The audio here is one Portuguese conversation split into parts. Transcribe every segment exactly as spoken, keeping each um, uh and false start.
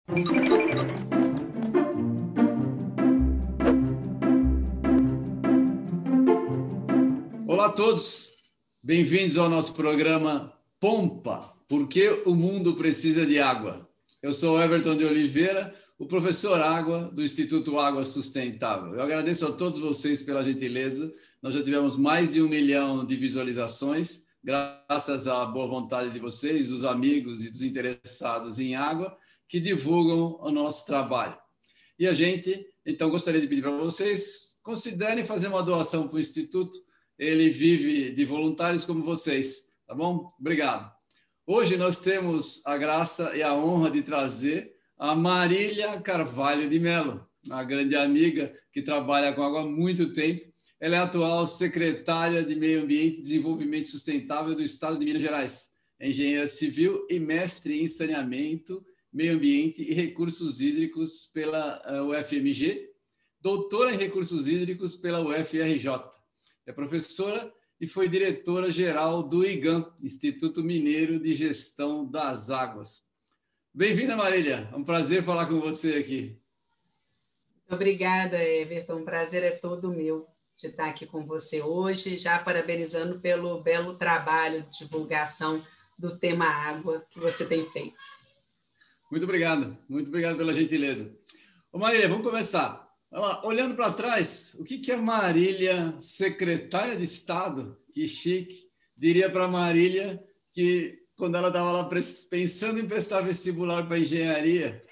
Olá a todos, bem-vindos ao nosso programa Pompa, porque o mundo precisa de água. Eu sou Everton de Oliveira, o professor Água do Instituto Água Sustentável. Eu agradeço a todos vocês pela gentileza. Nós já tivemos mais de um milhão de visualizações, graças à boa vontade de vocês, dos amigos e dos interessados em água, que divulgam o nosso trabalho. E a gente, então, gostaria de pedir para vocês, considerem fazer uma doação para o Instituto. Ele vive de voluntários como vocês, tá bom? Obrigado. Hoje nós temos a graça e a honra de trazer a Marília Carvalho de Mello, uma grande amiga que trabalha com água há muito tempo. Ela é a atual secretária de Meio Ambiente e Desenvolvimento Sustentável do Estado de Minas Gerais, é engenheira civil e mestre em saneamento, meio ambiente e recursos hídricos pela U F M G, doutora em recursos hídricos pela U F R J. É professora e foi diretora-geral do IGAM, Instituto Mineiro de Gestão das Águas. Bem-vinda, Marília. É um prazer falar com você aqui. Obrigada, Everton. O prazer é todo meu de estar aqui com você hoje, já parabenizando pelo belo trabalho de divulgação do tema água que você tem feito. Muito obrigado. Muito obrigado pela gentileza. Ô, Marília, vamos começar. Olhando para trás, o que, que a Marília, secretária de Estado, que chique, diria para a Marília que quando ela estava lá pensando em prestar vestibular para engenharia?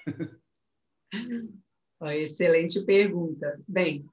Excelente pergunta. Bem,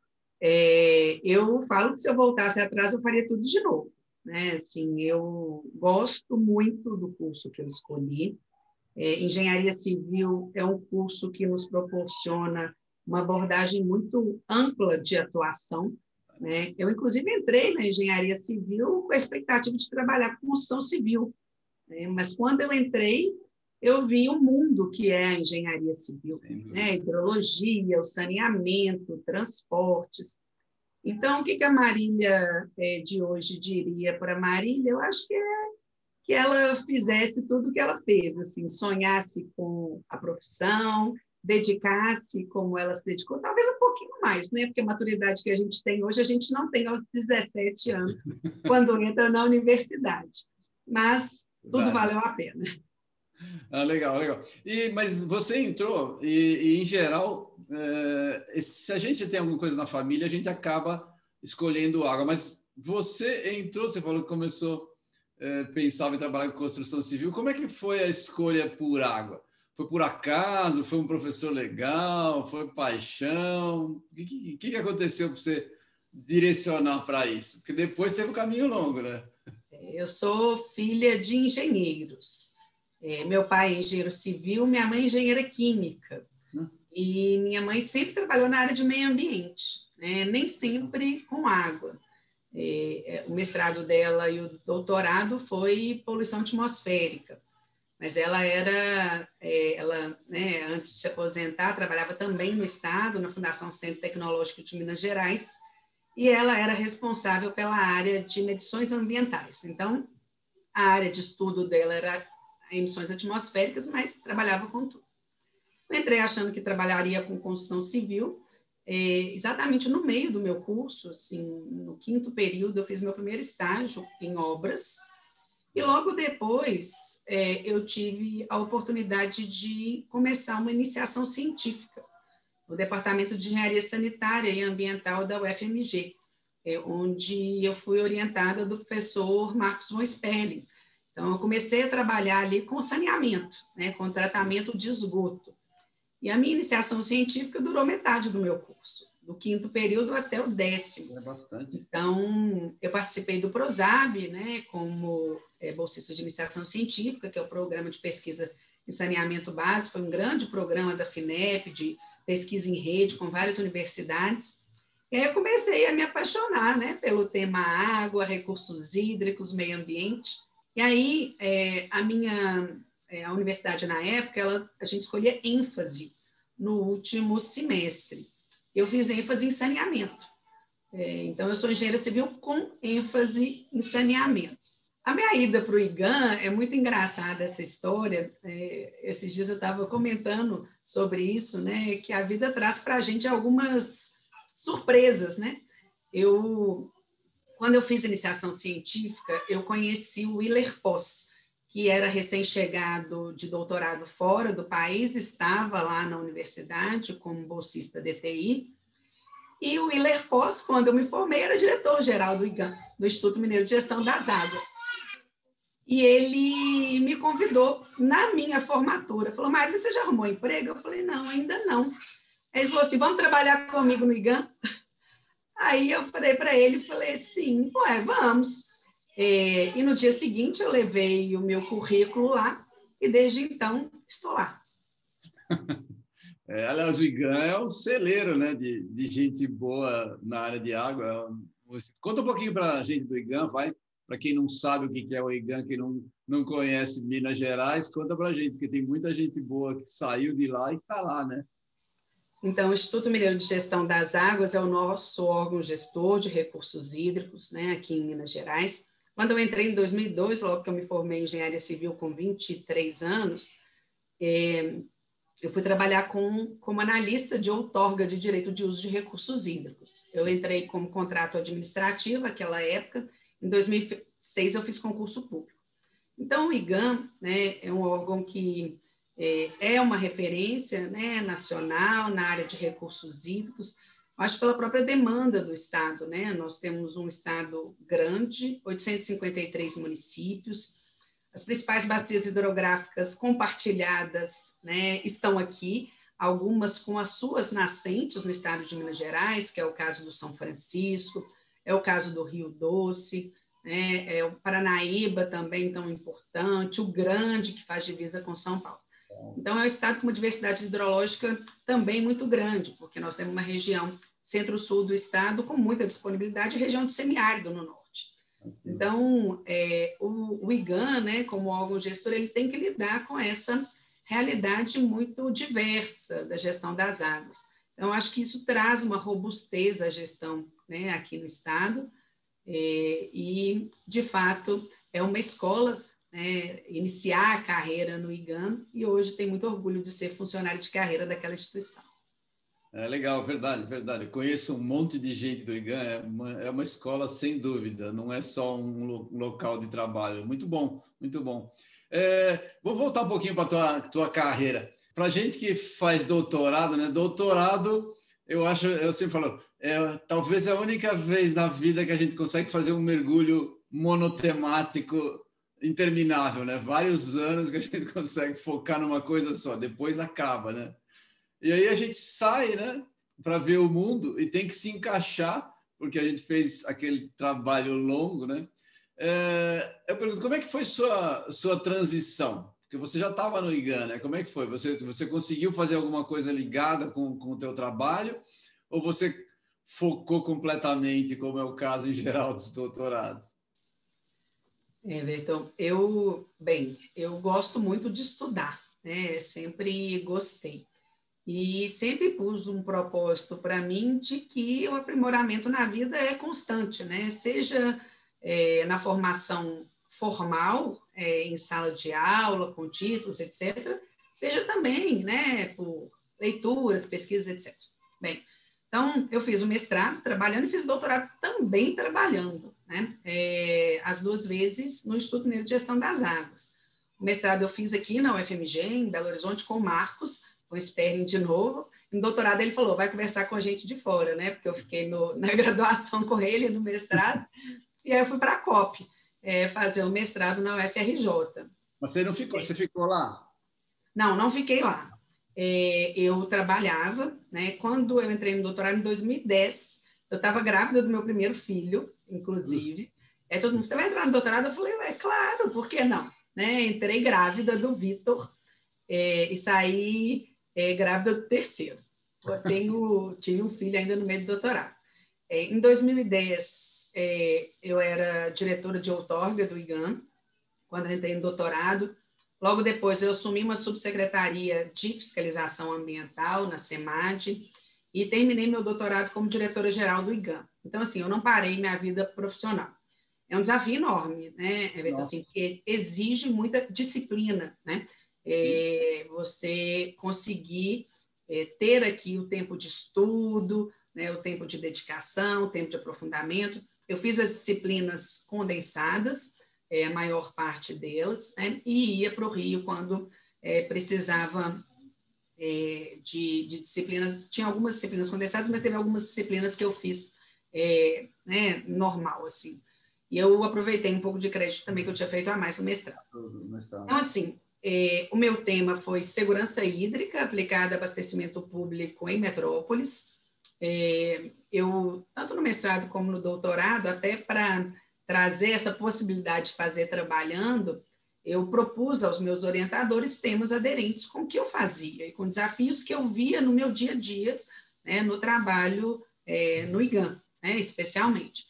é, eu falo que se eu voltasse atrás eu faria tudo de novo, né? Assim, eu gosto muito do curso que eu escolhi. É, engenharia civil é um curso que nos proporciona uma abordagem muito ampla de atuação, né? Eu, inclusive, entrei na engenharia civil com a expectativa de trabalhar com construção civil, né? Mas, quando eu entrei, eu vi o mundo que é a engenharia civil, né? A hidrologia, o saneamento, transportes. Então, o que a Marília de hoje diria para a Marília? Eu acho que é que ela fizesse tudo o que ela fez, assim, sonhasse com a profissão, dedicasse como ela se dedicou, talvez um pouquinho mais, né? Porque a maturidade que a gente tem hoje, a gente não tem aos dezessete anos, quando entra na universidade. Mas tudo valeu a pena. Ah, legal, legal. E, mas você entrou, e, e em geral, é, se a gente tem alguma coisa na família, a gente acaba escolhendo água. Mas você entrou, você falou que começou, é, pensava em trabalhar com construção civil. Como é que foi a escolha por água? Foi por acaso? Foi um professor legal? Foi paixão? O que, que, que aconteceu para você direcionar para isso? Porque depois teve um caminho longo, né? Eu sou filha de engenheiros. É, meu pai é engenheiro civil, minha mãe é engenheira química. Hum. E minha mãe sempre trabalhou na área de meio ambiente, né? Nem sempre com água. É, o mestrado dela e o doutorado foi poluição atmosférica. Mas ela era, ela, né, antes de se aposentar, trabalhava também no Estado, na Fundação Centro Tecnológico de Minas Gerais, e ela era responsável pela área de medições ambientais. Então, a área de estudo dela era emissões atmosféricas, mas trabalhava com tudo. Eu entrei achando que trabalharia com construção civil, exatamente no meio do meu curso, assim, no quinto período, eu fiz meu primeiro estágio em obras. E logo depois, é, eu tive a oportunidade de começar uma iniciação científica no Departamento de Engenharia Sanitária e Ambiental da U F M G, é, onde eu fui orientada do professor Marcos von Sperling. Então, eu comecei a trabalhar ali com saneamento, né, com tratamento de esgoto. E a minha iniciação científica durou metade do meu curso, do quinto período até o décimo. É bastante. Então, eu participei do PROSAB, né, como é, bolsista de iniciação científica, que é o programa de pesquisa em saneamento básico, foi um grande programa da FINEP, de pesquisa em rede, com várias universidades. E aí eu comecei a me apaixonar, né, pelo tema água, recursos hídricos, meio ambiente. E aí, é, a minha... a universidade, na época, ela, a gente escolhia ênfase no último semestre. Eu fiz ênfase em saneamento. É, então, eu sou engenheira civil com ênfase em saneamento. A minha ida para o IGAN é muito engraçada essa história. É, esses dias eu estava comentando sobre isso, né? Que a vida traz para a gente algumas surpresas, né? Eu, quando eu fiz iniciação científica, eu conheci o Willer Foss, que era recém-chegado de doutorado fora do país, estava lá na universidade como bolsista D T I. E o Willer Foss, quando eu me formei, era diretor-geral do IGAN, do Instituto Mineiro de Gestão das Águas. E ele me convidou na minha formatura. Falou, Marília, você já arrumou emprego? Eu falei, não, ainda não. Aí ele falou assim, vamos trabalhar comigo no IGAN? Aí eu falei para ele, falei, sim, ué, vamos. É, e no dia seguinte eu levei o meu currículo lá e desde então estou lá. É, aliás, o IGAN é um celeiro, né, de, de gente boa na área de água. Conta um pouquinho para a gente do IGAN, vai. Para quem não sabe o que é o IGAN, quem não, não conhece Minas Gerais, conta para a gente, porque tem muita gente boa que saiu de lá e está lá, né? Então, o Instituto Mineiro de Gestão das Águas é o nosso órgão gestor de recursos hídricos, né, aqui em Minas Gerais. Quando eu entrei em dois mil e dois, logo que eu me formei em engenharia civil com vinte e três anos, é, eu fui trabalhar com, como analista de outorga de direito de uso de recursos hídricos. Eu entrei como contrato administrativo naquela época. Em dois mil e seis, eu fiz concurso público. Então, o IGAN, né, é um órgão que é, é uma referência, né, nacional na área de recursos hídricos, acho pela própria demanda do Estado, né? Nós temos um Estado grande, oitocentos e cinquenta e três municípios, as principais bacias hidrográficas compartilhadas, né, estão aqui, algumas com as suas nascentes no estado de Minas Gerais, que é o caso do São Francisco, é o caso do Rio Doce, né, é o Paranaíba também tão importante, o Grande, que faz divisa com São Paulo. Então, é um estado com uma diversidade hidrológica também muito grande, porque nós temos uma região centro-sul do estado com muita disponibilidade e região de semiárido no norte. Assim. Então, é, o, o IGAN, né, como órgão gestor, ele tem que lidar com essa realidade muito diversa da gestão das águas. Então, acho que isso traz uma robustez à gestão, né, aqui no estado, é, e, de fato, é uma escola, né, iniciar a carreira no IGAN, e hoje tem muito orgulho de ser funcionário de carreira daquela instituição. É legal, verdade, verdade. Eu conheço um monte de gente do IGAN, é uma, é uma escola sem dúvida, não é só um lo, local de trabalho. Muito bom, muito bom. É, vou voltar um pouquinho para a tua, tua carreira. Para a gente que faz doutorado, né? Doutorado, eu acho, eu sempre falo, é, talvez é a única vez na vida que a gente consegue fazer um mergulho monotemático interminável, né? Vários anos que a gente consegue focar numa coisa só, depois acaba, né? E aí a gente sai, né, para ver o mundo e tem que se encaixar, porque a gente fez aquele trabalho longo, né? É, eu pergunto, como é que foi sua sua transição? Porque você já estava no IGAN, né? Como é que foi? Você você conseguiu fazer alguma coisa ligada com, com o teu trabalho ou você focou completamente, como é o caso em geral dos doutorados? Everton, eu, bem, eu gosto muito de estudar, né? Sempre gostei. E sempre pus um propósito para mim de que o aprimoramento na vida é constante, né? Seja é, na formação formal, é, em sala de aula, com títulos, etcétera, seja também, né, por leituras, pesquisas, etcétera. Bem, então, eu fiz o mestrado trabalhando e fiz o doutorado também trabalhando, né? É, as duas vezes no Instituto Mineiro de Gestão das Águas. O mestrado eu fiz aqui na U F M G, em Belo Horizonte, com o Marcos, com o Sperling de novo. No doutorado ele falou, vai conversar com a gente de fora, né? Porque eu fiquei no, na graduação com ele, no mestrado, e aí eu fui para a COP, é, fazer o mestrado na U F R J. Mas você não ficou, você ficou lá? Não, não fiquei lá. É, eu trabalhava, né? Quando eu entrei no doutorado em dois mil e dez, eu estava grávida do meu primeiro filho, inclusive. É, todo mundo, você vai entrar no doutorado? Eu falei, é claro, por que não? Né? Entrei grávida do Vitor é, e saí é, grávida do terceiro. Eu tenho, tinha um filho ainda no meio do doutorado. É, em dois mil e dez, é, eu era diretora de outorga do IGAN, quando eu entrei no doutorado. Logo depois, eu assumi uma subsecretaria de fiscalização ambiental na SEMAD e terminei meu doutorado como diretora-geral do IGAN. Então, assim, eu não parei minha vida profissional. é um desafio enorme, né, Everton? Assim, porque exige muita disciplina, né? É, você conseguir é, ter aqui o tempo de estudo, né, o tempo de dedicação, o tempo de aprofundamento. Eu fiz as disciplinas condensadas, é, a maior parte delas, né, e ia para o Rio quando é, precisava é, de, de disciplinas. Tinha algumas disciplinas condensadas, mas teve algumas disciplinas que eu fiz é, né, normal, assim. E eu aproveitei um pouco de crédito também que eu tinha feito a mais no mestrado. Então, assim, é, o meu tema foi segurança hídrica aplicada a abastecimento público em metrópoles. É, eu, tanto no mestrado como no doutorado, até para trazer essa possibilidade de fazer trabalhando, eu propus aos meus orientadores temas aderentes com o que eu fazia e com desafios que eu via no meu dia a dia, né, no trabalho é, no IGAM, né, especialmente.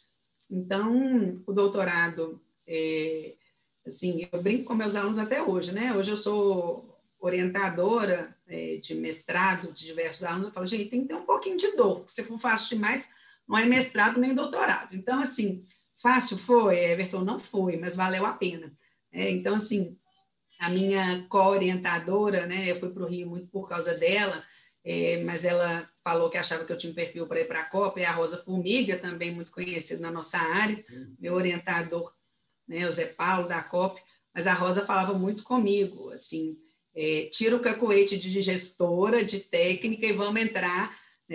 Então, o doutorado, é, assim, eu brinco com meus alunos até hoje, né? Hoje eu sou orientadora é, de mestrado de diversos alunos, eu falo, gente, tem que ter um pouquinho de dor, porque se for fácil demais, não é mestrado nem doutorado. Então, assim, fácil foi, Everton? Não foi, mas valeu a pena. É, então, assim, a minha co-orientadora, né, eu fui para o Rio muito por causa dela, é, mas ela falou que achava que eu tinha um perfil para ir para a Copa, é a Rosa Formiga, também muito conhecida na nossa área, meu orientador, né, o Zé Paulo, da Copa, mas a Rosa falava muito comigo, assim, é, tira o cacoete de gestora, de técnica e vamos entrar,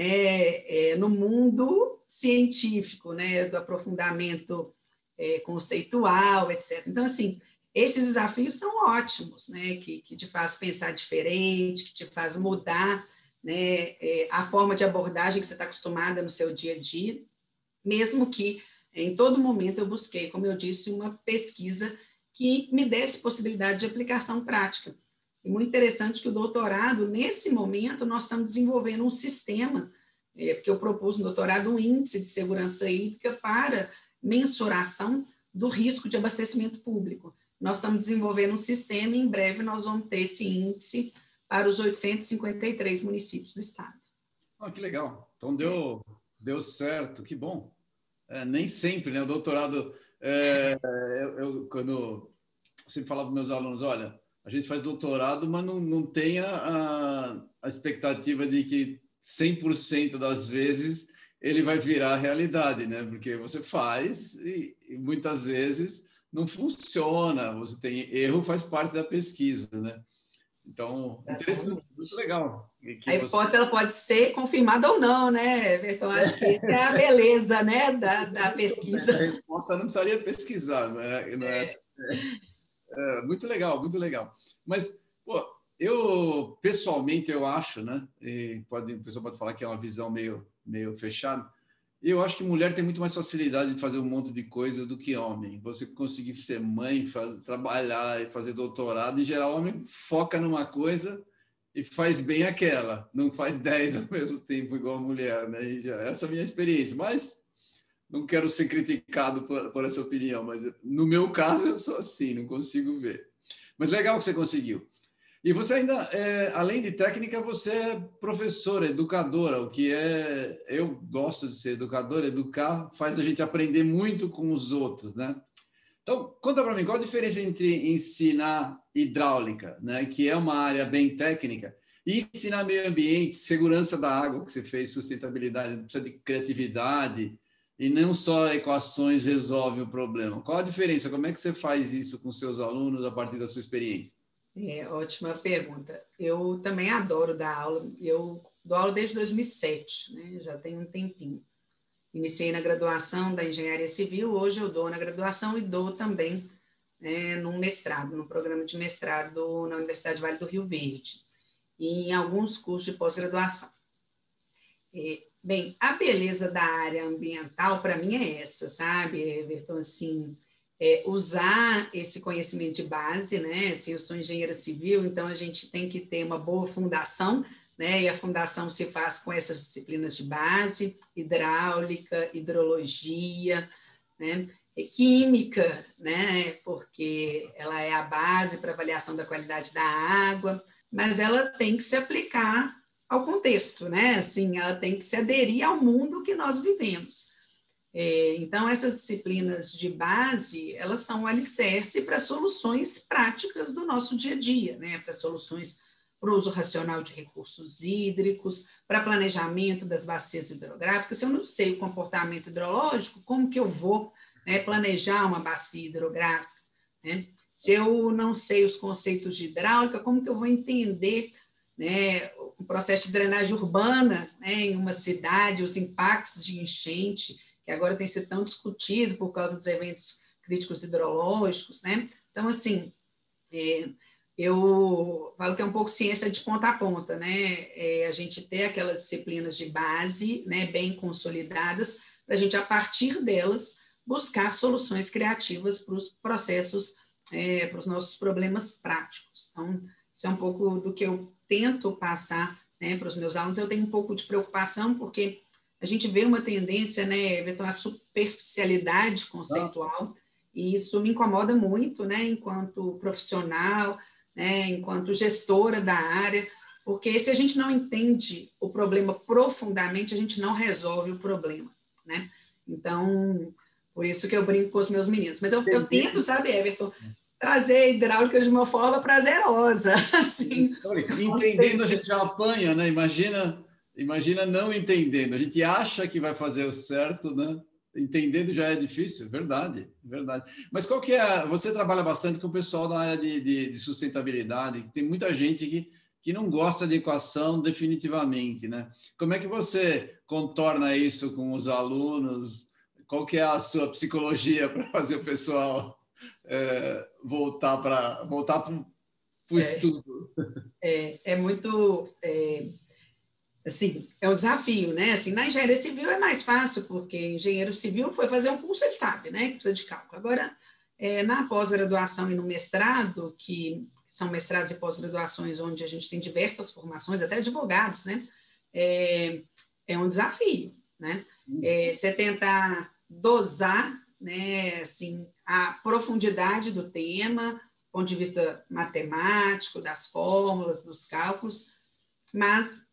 né, é, no mundo científico, né, do aprofundamento é, conceitual, etcétera. Então, assim, esses desafios são ótimos, né, que, que te faz pensar diferente, que te faz mudar, né, é, a forma de abordagem que você está acostumada no seu dia a dia, mesmo que em todo momento eu busquei, como eu disse, uma pesquisa que me desse possibilidade de aplicação prática. E muito interessante que o doutorado, nesse momento, nós estamos desenvolvendo um sistema, é, porque eu propus no doutorado um índice de segurança hídrica para mensuração do risco de abastecimento público. Nós estamos desenvolvendo um sistema e em breve nós vamos ter esse índice para os oitocentos e cinquenta e três municípios do estado. Ah, que legal. Então deu, deu certo, que bom. É, nem sempre, né? O doutorado, é, eu, eu, quando sempre falava para meus alunos, olha, a gente faz doutorado, mas não, não tem a, a expectativa de que cem por cento das vezes ele vai virar realidade, né? Porque você faz e, e muitas vezes não funciona, você tem erro, faz parte da pesquisa, né? Então, interessante, muito legal. Que a hipótese você... ela pode ser confirmada ou não, né, Everton? Acho que essa é a beleza, né, da, da pesquisa. A resposta não precisaria pesquisar, né? Não é, é, é, muito legal, muito legal. Mas, pô, eu, pessoalmente, eu acho, né? E pode, a pessoa pode falar que é uma visão meio, meio fechada. Eu acho que mulher tem muito mais facilidade de fazer um monte de coisa do que homem. Você conseguir ser mãe, fazer, trabalhar e fazer doutorado, em geral, o homem foca numa coisa e faz bem aquela, não faz dez ao mesmo tempo, igual a mulher, né? E já, essa é a minha experiência, mas não quero ser criticado por, por essa opinião, mas no meu caso eu sou assim, não consigo ver. Mas legal que você conseguiu. E você ainda, é, além de técnica, você é professora, educadora, o que é... Eu gosto de ser educadora, educar faz a gente aprender muito com os outros, né? Então, conta para mim, qual a diferença entre ensinar hidráulica, né, que é uma área bem técnica, e ensinar meio ambiente, segurança da água, que você fez, sustentabilidade, precisa de criatividade, e não só equações resolvem o problema. Qual a diferença? Como é que você faz isso com seus alunos a partir da sua experiência? É, ótima pergunta. Eu também adoro dar aula. Eu dou aula desde dois mil e sete, né? Já tem um tempinho. Iniciei na graduação da Engenharia Civil, hoje eu dou na graduação e dou também é, no mestrado, no programa de mestrado na Universidade Vale do Rio Verde, e em alguns cursos de pós-graduação. É, bem, a beleza da área ambiental, para mim, é essa, sabe, Everton? Assim, é, usar esse conhecimento de base, né? Assim, eu sou engenheira civil, então a gente tem que ter uma boa fundação, né? E a fundação se faz com essas disciplinas de base, hidráulica, hidrologia, né? E química, né? Porque ela é a base para avaliação da qualidade da água, mas ela tem que se aplicar ao contexto, né? Assim, ela tem que se aderir ao mundo que nós vivemos. É, então, essas disciplinas de base, elas são um alicerce para soluções práticas do nosso dia a dia, né? Para soluções para o uso racional de recursos hídricos, para planejamento das bacias hidrográficas. Se eu não sei o comportamento hidrológico, como que eu vou, né, planejar uma bacia hidrográfica, né? Se eu não sei os conceitos de hidráulica, como que eu vou entender, né, o processo de drenagem urbana, né, em uma cidade, os impactos de enchente, que agora tem sido tão discutido por causa dos eventos críticos hidrológicos, né? Então, assim, é, eu falo que é um pouco ciência de ponta a ponta, né? É, a gente ter aquelas disciplinas de base, né, bem consolidadas, para a gente, a partir delas, buscar soluções criativas para os processos, é, para os nossos problemas práticos. Então, isso é um pouco do que eu tento passar, né, para os meus alunos. Eu tenho um pouco de preocupação, porque a gente vê uma tendência, né, Everton, a superficialidade conceitual, e isso me incomoda muito, né, enquanto profissional, né, enquanto gestora da área, porque se a gente não entende o problema profundamente, a gente não resolve o problema, né? Então, por isso que eu brinco com os meus meninos. Mas eu, eu tento, sabe, Everton, trazer a hidráulica de uma forma prazerosa. Assim, entendendo, a gente já apanha, né? Imagina, imagina não entendendo. A gente acha que vai fazer o certo, né? Entendendo já é difícil, verdade, verdade. Mas qual que é? Você trabalha bastante com o pessoal da área de, de, de sustentabilidade, tem muita gente que, que não gosta de equação definitivamente, né? Como é que você contorna isso com os alunos? Qual que é a sua psicologia para fazer o pessoal é, voltar para voltar para o estudo? É, é muito... É... Assim, é um desafio, né? Assim, na engenharia civil é mais fácil, porque engenheiro civil foi fazer um curso, ele sabe, né? Que precisa de cálculo. Agora, é, na pós-graduação e no mestrado, que são mestrados e pós-graduações onde a gente tem diversas formações, até advogados, né? É, é um desafio, né? É, você tentar dosar, né? Assim, a profundidade do tema, do ponto de vista matemático, das fórmulas, dos cálculos, mas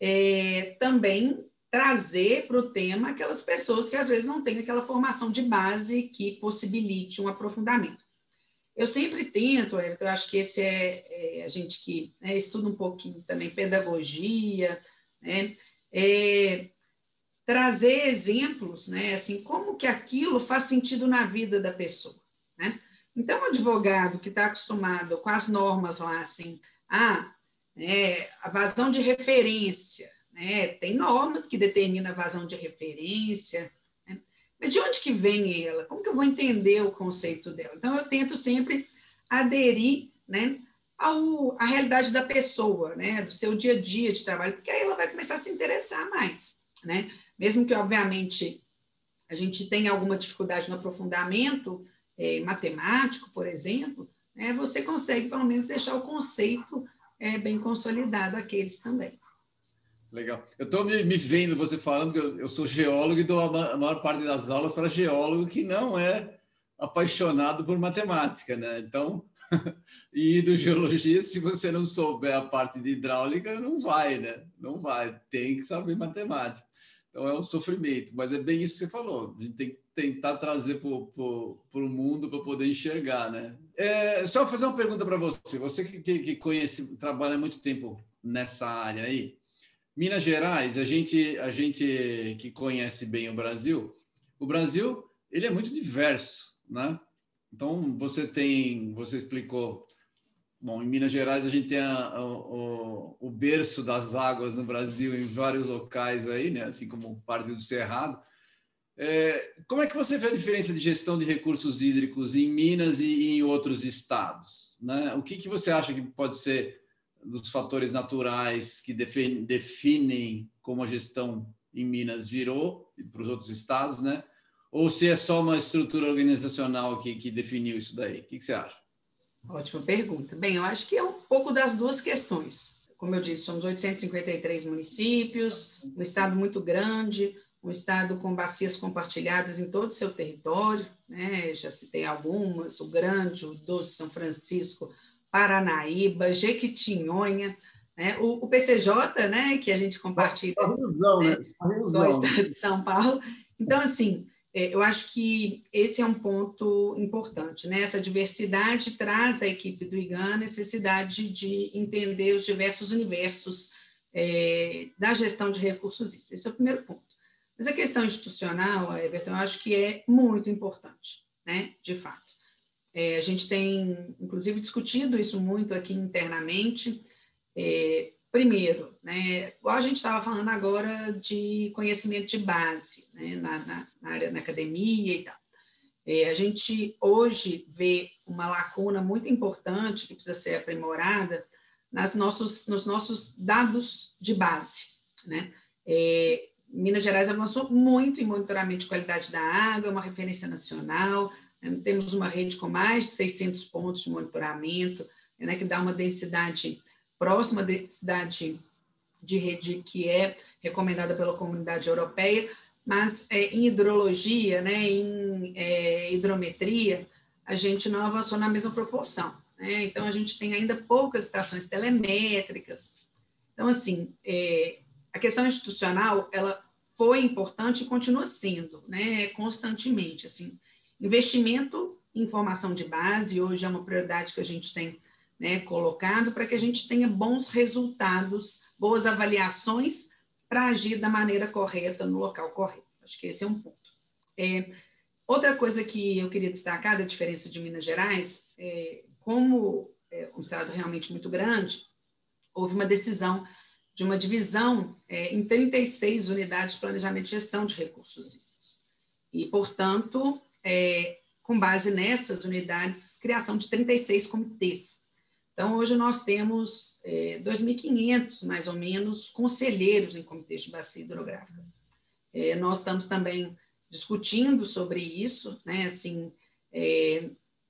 É, também trazer para o tema aquelas pessoas que às vezes não têm aquela formação de base que possibilite um aprofundamento. Eu sempre tento, eu acho que esse é, é a gente que, né, estuda um pouquinho também pedagogia, né, é, trazer exemplos, né, assim, como que aquilo faz sentido na vida da pessoa, né? Então, o advogado que está acostumado com as normas lá, assim, ah, É, a vazão de referência, né? Tem normas que determinam a vazão de referência, né? Mas de onde que vem ela? Como que eu vou entender o conceito dela? Então, eu tento sempre aderir, né, ao, à realidade da pessoa, né, do seu dia a dia de trabalho, porque aí ela vai começar a se interessar mais, né? Mesmo que, obviamente, a gente tenha alguma dificuldade no aprofundamento é, matemático, por exemplo, né, você consegue, pelo menos, deixar o conceito é bem consolidado aqueles também. Legal. Eu estou me, me vendo você falando que eu, eu sou geólogo e dou a, a maior parte das aulas para geólogo que não é apaixonado por matemática, né? Então, e hidrogeologia, se você não souber a parte de hidráulica, não vai, né? Não vai. Tem que saber matemática. Então, é um sofrimento. Mas é bem isso que você falou. A gente tem que tentar trazer para o mundo para poder enxergar, né? É, só fazer uma pergunta para você. Você que, que, que conhece, trabalha há muito tempo nessa área aí. Minas Gerais, a gente, a gente que conhece bem o Brasil, o Brasil ele é muito diverso, né? Então, você tem, você explicou, bom, em Minas Gerais a gente tem a, o, o berço das águas no Brasil em vários locais aí, né? Assim como parte do Cerrado. É, como é que você vê a diferença de gestão de recursos hídricos em Minas e em outros estados, né? O que, que você acha que pode ser dos fatores naturais que definem, definem como a gestão em Minas virou para os outros estados, né? Ou se é só uma estrutura organizacional que, que definiu isso daí? O que, que você acha? Ótima pergunta. Bem, eu acho que é um pouco das duas questões. Como eu disse, somos oitocentos e cinquenta e três municípios, um estado muito grande, um estado com bacias compartilhadas em todo o seu território, né? Já citei algumas, o Grande, o Doce, São Francisco, Paranaíba, Jequitinhonha, né? o, o P C J, né? Que a gente compartilha, Só Riozão, né? né? Só Com o Riozão. estado de São Paulo. Então, assim, é, eu acho que esse é um ponto importante, né? Essa diversidade traz à equipe do IGAN a necessidade de entender os diversos universos é, da gestão de recursos hídricos. Esse é o primeiro ponto. Mas a questão institucional, Everton, eu acho que é muito importante, né? De fato. É, a gente tem, inclusive, discutido isso muito aqui internamente. É, primeiro, né, igual a gente estava falando agora de conhecimento de base, né, na, na, na área, na academia e tal. É, a gente hoje vê uma lacuna muito importante que precisa ser aprimorada nas nossos, nos nossos dados de base, né? É, Minas Gerais avançou muito em monitoramento de qualidade da água, é uma referência nacional. Temos uma rede com mais de seiscentos pontos de monitoramento, né, que dá uma densidade próxima à densidade de rede que é recomendada pela Comunidade Europeia, mas é, em hidrologia, né, em é, hidrometria, a gente não avançou na mesma proporção, né? Então, a gente tem ainda poucas estações telemétricas. Então, assim, é, a questão institucional, ela foi importante e continua sendo, né, constantemente, assim. Investimento em formação de base, hoje é uma prioridade que a gente tem, né, colocado para que a gente tenha bons resultados, boas avaliações para agir da maneira correta, no local correto. Acho que esse é um ponto. É, outra coisa que eu queria destacar da diferença de Minas Gerais, é, como é um estado realmente muito grande, houve uma decisão de uma divisão é, em trinta e seis unidades de planejamento e gestão de recursos hídricos. E, portanto, É, com base nessas unidades, criação de trinta e seis comitês. Então, hoje nós temos é, dois mil e quinhentos, mais ou menos, conselheiros em comitês de bacia hidrográfica. É, nós estamos também discutindo sobre isso, né, assim, é,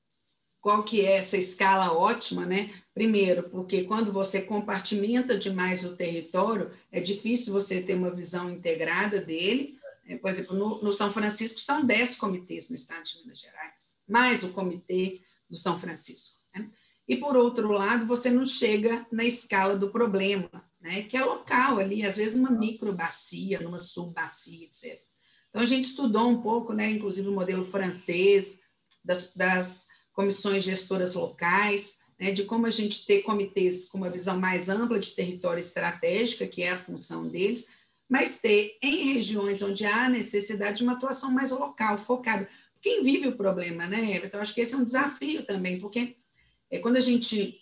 qual que é essa escala ótima, né? Primeiro, porque quando você compartimenta demais o território, é difícil você ter uma visão integrada dele. Por exemplo, no, no São Francisco, são dez comitês no estado de Minas Gerais, mais o comitê do São Francisco, né? E, por outro lado, você não chega na escala do problema, né? Que é local ali, às vezes numa microbacia, numa subbacia, etcétera. Então, a gente estudou um pouco, né, inclusive o modelo francês, das, das comissões gestoras locais, né, de como a gente ter comitês com uma visão mais ampla de território estratégica, que é a função deles, mas ter em regiões onde há necessidade de uma atuação mais local, focada. Quem vive o problema, né, Everton? Eu acho que esse é um desafio também, porque é, quando a gente,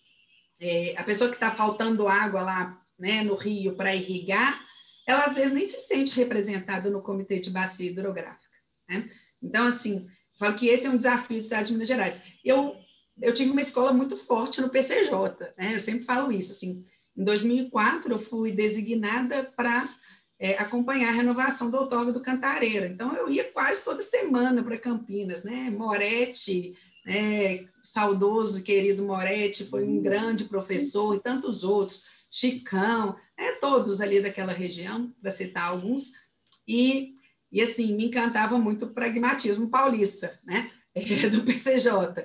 é, a pessoa que está faltando água lá, né, no rio para irrigar, ela às vezes nem se sente representada no comitê de bacia hidrográfica, né? Então, assim, eu falo que esse é um desafio do estado de Minas Gerais. Eu, eu tive uma escola muito forte no P C J, né? Eu sempre falo isso, assim, em dois mil e quatro eu fui designada para É, acompanhar a renovação do outorga do Cantareira. Então, eu ia quase toda semana para Campinas, né? Moretti, né? Saudoso, querido Moretti, foi um grande professor, e tantos outros, Chicão, né? Todos ali daquela região, para citar alguns, e, e, assim, me encantava muito o pragmatismo paulista, né? É, do P C J.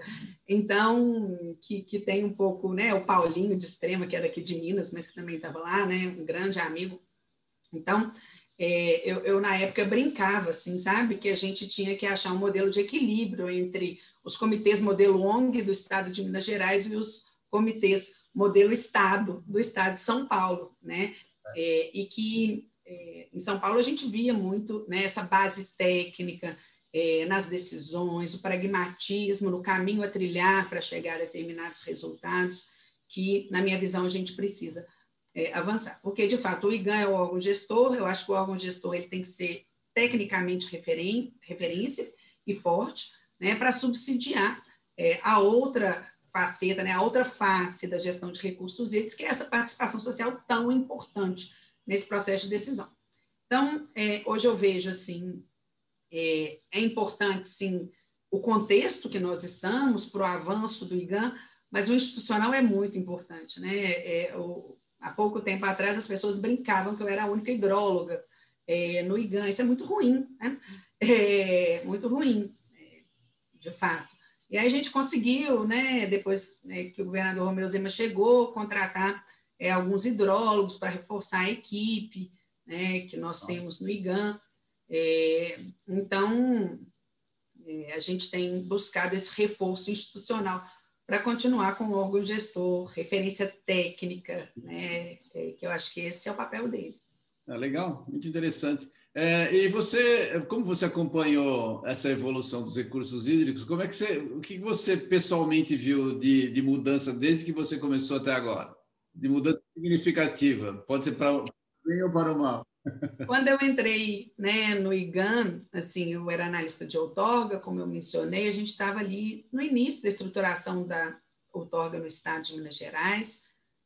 Então, que, que tem um pouco, né? O Paulinho de Extrema, que é daqui de Minas, mas que também estava lá, né? Um grande amigo. Então, é, eu, eu, na época, brincava, assim, sabe? Que a gente tinha que achar um modelo de equilíbrio entre os comitês modelo O N G do Estado de Minas Gerais e os comitês modelo Estado do Estado de São Paulo, né? É, e que, é, em São Paulo, a gente via muito, né, essa base técnica é, nas decisões, o pragmatismo no caminho a trilhar para chegar a determinados resultados, que, na minha visão, a gente precisa É, avançar, porque, de fato, o IGAN é o órgão gestor, eu acho que o órgão gestor ele tem que ser tecnicamente referen referência e forte, né, para subsidiar é, a outra faceta, né, a outra face da gestão de recursos hídricos, que é essa participação social tão importante nesse processo de decisão. Então, é, hoje eu vejo, assim, é, é importante, sim, o contexto que nós estamos para o avanço do IGAN, mas o institucional é muito importante, né, é, o Há pouco tempo atrás, as pessoas brincavam que eu era a única hidróloga é, no IGAN. Isso é muito ruim, né? É, muito ruim, é, de fato. E aí a gente conseguiu, né, depois né, que o governador Romeu Zema chegou, contratar é, alguns hidrólogos para reforçar a equipe, né, que nós temos no IGAN. É, então, é, a gente tem buscado esse reforço institucional para continuar com o órgão gestor, referência técnica, né? É, que eu acho que esse é o papel dele. Ah, legal, muito interessante. É, e você, como você acompanhou essa evolução dos recursos hídricos? Como é que você, o que você pessoalmente viu de, de mudança desde que você começou até agora? De mudança significativa, pode ser para o bem ou para o mal. Quando eu entrei, né, no I G A N, assim, eu era analista de outorga, como eu mencionei, a gente estava ali no início da estruturação da outorga no estado de Minas Gerais.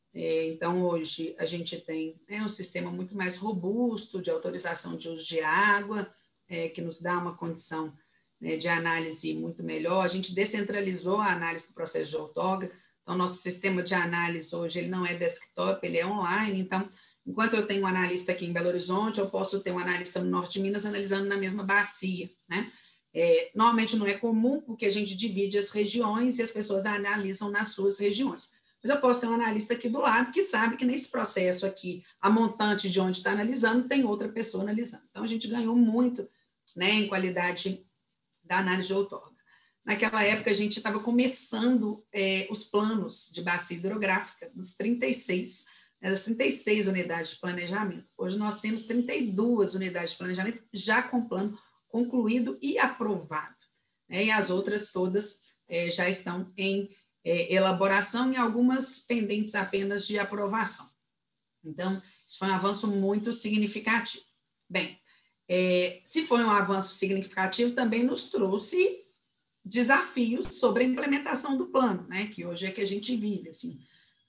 É, então, hoje, a gente tem, né, um sistema muito mais robusto de autorização de uso de água, é, que nos dá uma condição, né, de análise muito melhor. A gente descentralizou a análise do processo de outorga, então, nosso sistema de análise hoje ele não é desktop, ele é online. Então, enquanto eu tenho um analista aqui em Belo Horizonte, eu posso ter um analista no norte de Minas analisando na mesma bacia, né? É, normalmente não é comum, porque a gente divide as regiões e as pessoas analisam nas suas regiões. Mas eu posso ter um analista aqui do lado que sabe que nesse processo aqui, a montante de onde está analisando, tem outra pessoa analisando. Então, a gente ganhou muito, né, em qualidade da análise de outorga. Naquela época, a gente estava começando é, os planos de bacia hidrográfica, dos trinta e seis, né, das trinta e seis unidades de planejamento. Hoje nós temos trinta e duas unidades de planejamento já com plano concluído e aprovado, né, e as outras todas é, já estão em é, elaboração e algumas pendentes apenas de aprovação. Então, isso foi um avanço muito significativo. Bem, é, se foi um avanço significativo, também nos trouxe desafios sobre a implementação do plano, né, que hoje é que a gente vive, assim.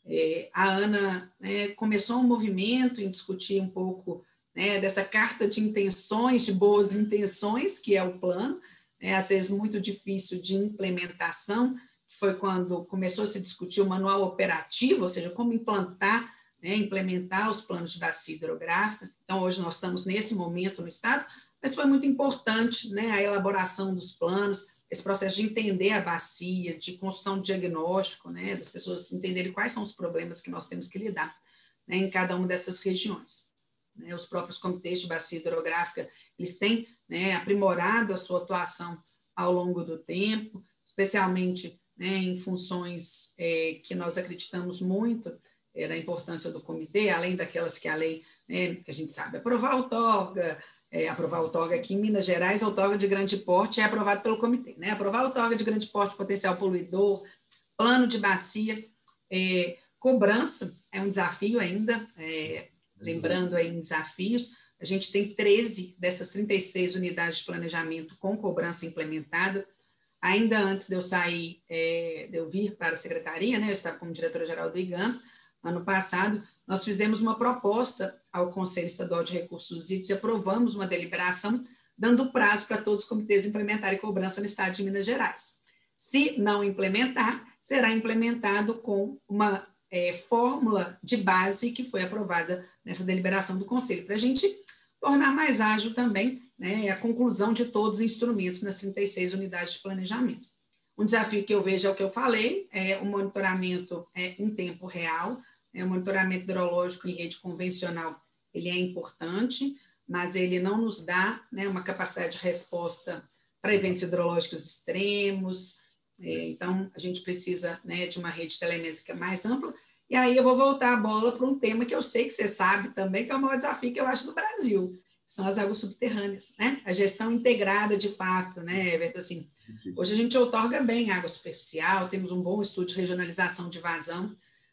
É, a Ana, né, começou um movimento em discutir um pouco, né, dessa carta de intenções, de boas intenções, que é o plano, né, às vezes muito difícil de implementação, que foi quando começou a se discutir o manual operativo, ou seja, como implantar, né, implementar os planos de bacia hidrográfica. Então, hoje nós estamos nesse momento no Estado, mas foi muito importante, né, a elaboração dos planos, esse processo de entender a bacia, de construção de diagnóstico, né, das pessoas entenderem quais são os problemas que nós temos que lidar, né, em cada uma dessas regiões. Né, os próprios comitês de bacia hidrográfica, eles têm, né, aprimorado a sua atuação ao longo do tempo, especialmente, né, em funções é, que nós acreditamos muito é, na importância do comitê, além daquelas que a lei, né, que a gente sabe, aprovar a outorga, É, aprovar a outorga aqui em Minas Gerais, a outorga de grande porte é aprovado pelo comitê, né? Aprovar a outorga de grande porte, potencial poluidor, plano de bacia, é, cobrança é um desafio ainda, é, lembrando aí em desafios, a gente tem treze dessas trinta e seis unidades de planejamento com cobrança implementada. Ainda antes de eu sair, é, de eu vir para a secretaria, né? Eu estava como diretora-geral do I G A M, ano passado, nós fizemos uma proposta ao Conselho Estadual de Recursos Hídricos e aprovamos uma deliberação dando prazo para todos os comitês implementarem cobrança no estado de Minas Gerais. Se não implementar, será implementado com uma é, fórmula de base que foi aprovada nessa deliberação do Conselho, para a gente tornar mais ágil também, né, a conclusão de todos os instrumentos nas trinta e seis unidades de planejamento. Um desafio que eu vejo é o que eu falei, é o monitoramento é, em tempo real. É, o monitoramento hidrológico em rede convencional, ele é importante, mas ele não nos dá, né, uma capacidade de resposta para eventos hidrológicos extremos. É, então, a gente precisa, né, de uma rede telemétrica mais ampla. E aí eu vou voltar a bola para um tema que eu sei que você sabe também, que é o maior desafio que eu acho do Brasil, são as águas subterrâneas, né? A gestão integrada de fato, né, Everton? Assim, hoje a gente outorga bem água superficial, temos um bom estudo de regionalização de vazão,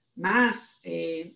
mas é,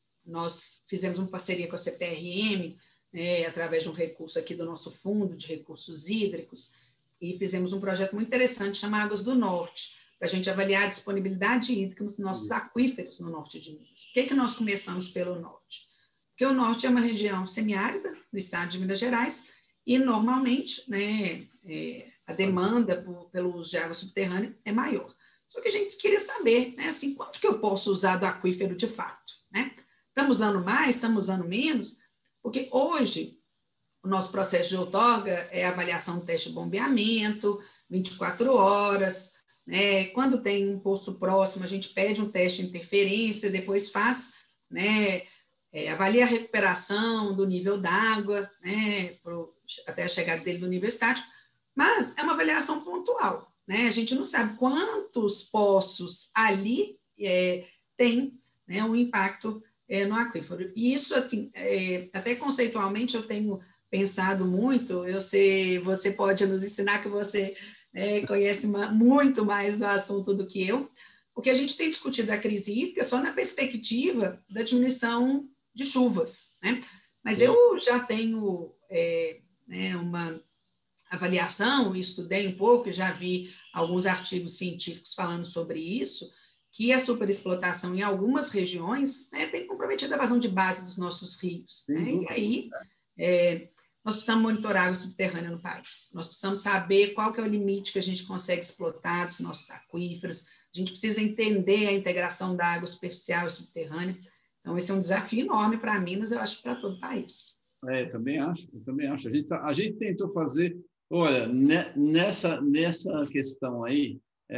nós fizemos uma parceria com a C P R M, é, através de um recurso aqui do nosso fundo de recursos hídricos, e fizemos um projeto muito interessante chamado Águas do Norte, para a gente avaliar a disponibilidade hídrica nos nossos aquíferos no norte de Minas. Por que, que nós começamos pelo norte? Porque o norte é uma região semiárida do estado de Minas Gerais, e normalmente, né, é, a demanda por, pelo uso de água subterrânea é maior. Só que a gente queria saber, né, assim, quanto que eu posso usar do aquífero de fato, né? Estamos usando mais, estamos usando menos? Porque hoje o nosso processo de outorga é avaliação do teste de bombeamento, vinte e quatro horas, né? Quando tem um poço próximo, a gente pede um teste de interferência, depois faz, né, é, avalia a recuperação do nível d'água, né, pro, até a chegada dele no universitário, mas é uma avaliação pontual, né? A gente não sabe quantos poços ali é, tem, né, um impacto é, no aquífero. E isso, assim, é, até conceitualmente eu tenho pensado muito, eu sei, você pode nos ensinar que você é, conhece muito mais do assunto do que eu, porque a gente tem discutido a crise hídrica só na perspectiva da diminuição de chuvas, né? Mas Sim. eu já tenho é, né, uma avaliação, estudei um pouco, já vi alguns artigos científicos falando sobre isso, que a superexplotação em algumas regiões, né, tem comprometido a vazão de base dos nossos rios. Né? E aí, é, nós precisamos monitorar a água subterrânea no país. Nós precisamos saber qual que é o limite que a gente consegue explotar dos nossos aquíferos. A gente precisa entender a integração da água superficial e subterrânea. Então, esse é um desafio enorme para Minas, eu acho, para todo o país. É, eu também acho, eu também acho. A gente, tá, a gente tentou fazer, olha, nessa, nessa questão aí,